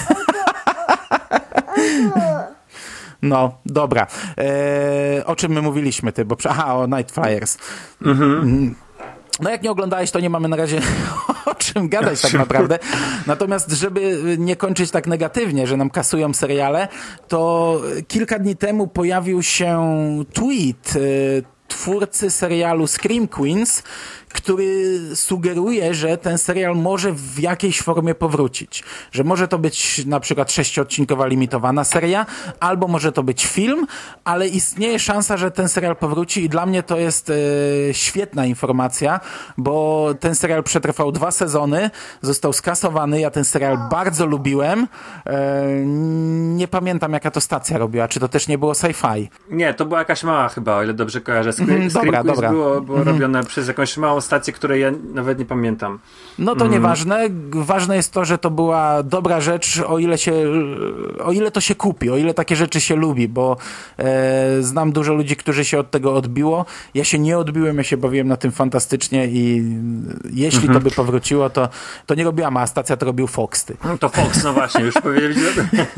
No, dobra. O czym my mówiliśmy, ty? O Night Flyers. No jak nie oglądałeś, to nie mamy na razie o czym gadać tak naprawdę. Natomiast żeby nie kończyć tak negatywnie, że nam kasują seriale, to kilka dni temu pojawił się tweet twórcy serialu Scream Queens, który sugeruje, że ten serial może w jakiejś formie powrócić. Że może to być na przykład 6-odcinkowa limitowana seria, albo może to być film, ale istnieje szansa, że ten serial powróci i dla mnie to jest świetna informacja, bo ten serial przetrwał 2 sezony, został skasowany, ja ten serial bardzo lubiłem. Nie pamiętam, jaka to stacja robiła, czy to też nie było sci-fi? Nie, to była jakaś mała chyba, o ile dobrze kojarzę. Scream Queens było robione przez jakąś małą stację, której ja nawet nie pamiętam. No to nieważne. Ważne jest to, że to była dobra rzecz, o ile to się kupi, o ile takie rzeczy się lubi, bo znam dużo ludzi, którzy się od tego odbiło. Ja się nie odbiłem, ja się bawiłem na tym fantastycznie i jeśli to by powróciło, to nie robiła mała stacja, to robił Fox. To Fox, no właśnie, już powiedzieli.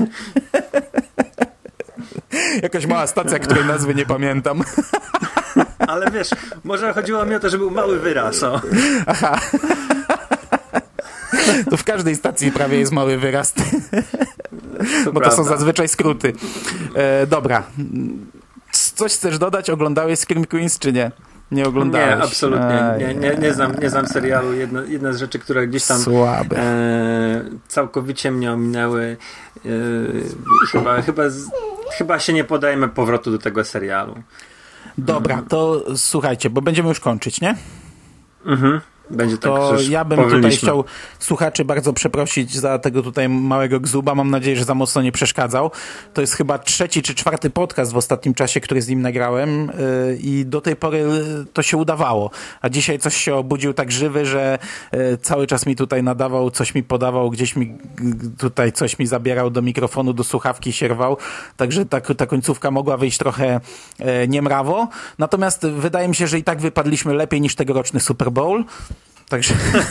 Jakaś mała stacja, której nazwy nie pamiętam. Ale wiesz, może chodziło mi o to, że był mały wyraz. O. Aha. To w każdej stacji prawie jest mały wyraz. Bo to są zazwyczaj skróty. Dobra. Coś chcesz dodać? Oglądałeś Scream Queens, czy nie? Nie oglądałeś? Nie, absolutnie. Nie znam serialu. Jedna z rzeczy, które gdzieś tam całkowicie mnie ominęły. Chyba się nie podajemy powrotu do tego serialu. Dobra, to słuchajcie, bo będziemy już kończyć, nie? Będzie tak, to ja bym tutaj chciał słuchaczy bardzo przeprosić za tego tutaj małego gzuba. Mam nadzieję, że za mocno nie przeszkadzał. To jest chyba 3. czy 4. podcast w ostatnim czasie, który z nim nagrałem i do tej pory to się udawało. A dzisiaj coś się obudził tak żywy, że cały czas mi tutaj nadawał, coś mi podawał, gdzieś mi tutaj coś mi zabierał do mikrofonu, do słuchawki się rwał. Także ta końcówka mogła wyjść trochę niemrawo. Natomiast wydaje mi się, że i tak wypadliśmy lepiej niż tegoroczny Super Bowl. Także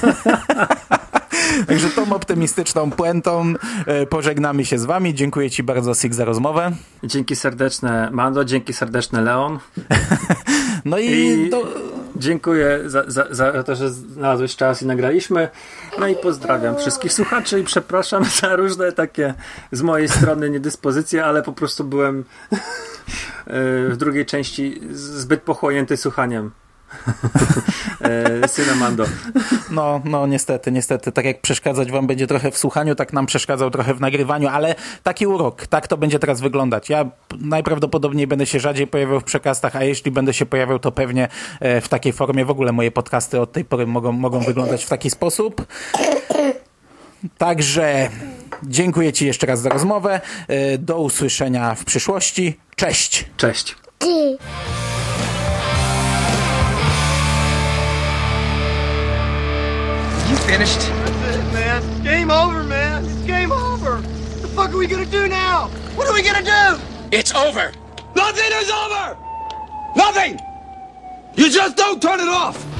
tą optymistyczną puentą pożegnamy się z wami. Dziękuję ci bardzo, Sig, za rozmowę. Dzięki serdeczne, Mando, dzięki serdeczne, Leon. No i dziękuję za to, że znalazłeś czas i nagraliśmy. No i pozdrawiam wszystkich słuchaczy i przepraszam za różne takie z mojej strony niedyspozycje, ale po prostu byłem w drugiej części zbyt pochłonięty słuchaniem. syna Mando. No niestety, tak jak przeszkadzać wam będzie trochę w słuchaniu, tak nam przeszkadzał trochę w nagrywaniu, ale taki urok, tak to będzie teraz wyglądać. Ja najprawdopodobniej będę się rzadziej pojawiał w przekastach, a jeśli będę się pojawiał, to pewnie w takiej formie. W ogóle moje podcasty od tej pory mogą wyglądać w taki sposób. Także dziękuję ci jeszcze raz za rozmowę. Do usłyszenia w przyszłości. Cześć! Cześć. You finished? That's it, man. Game over, man. It's game over. What the fuck are we gonna do now? What are we gonna do? It's over. Nothing is over! Nothing! You just don't turn it off!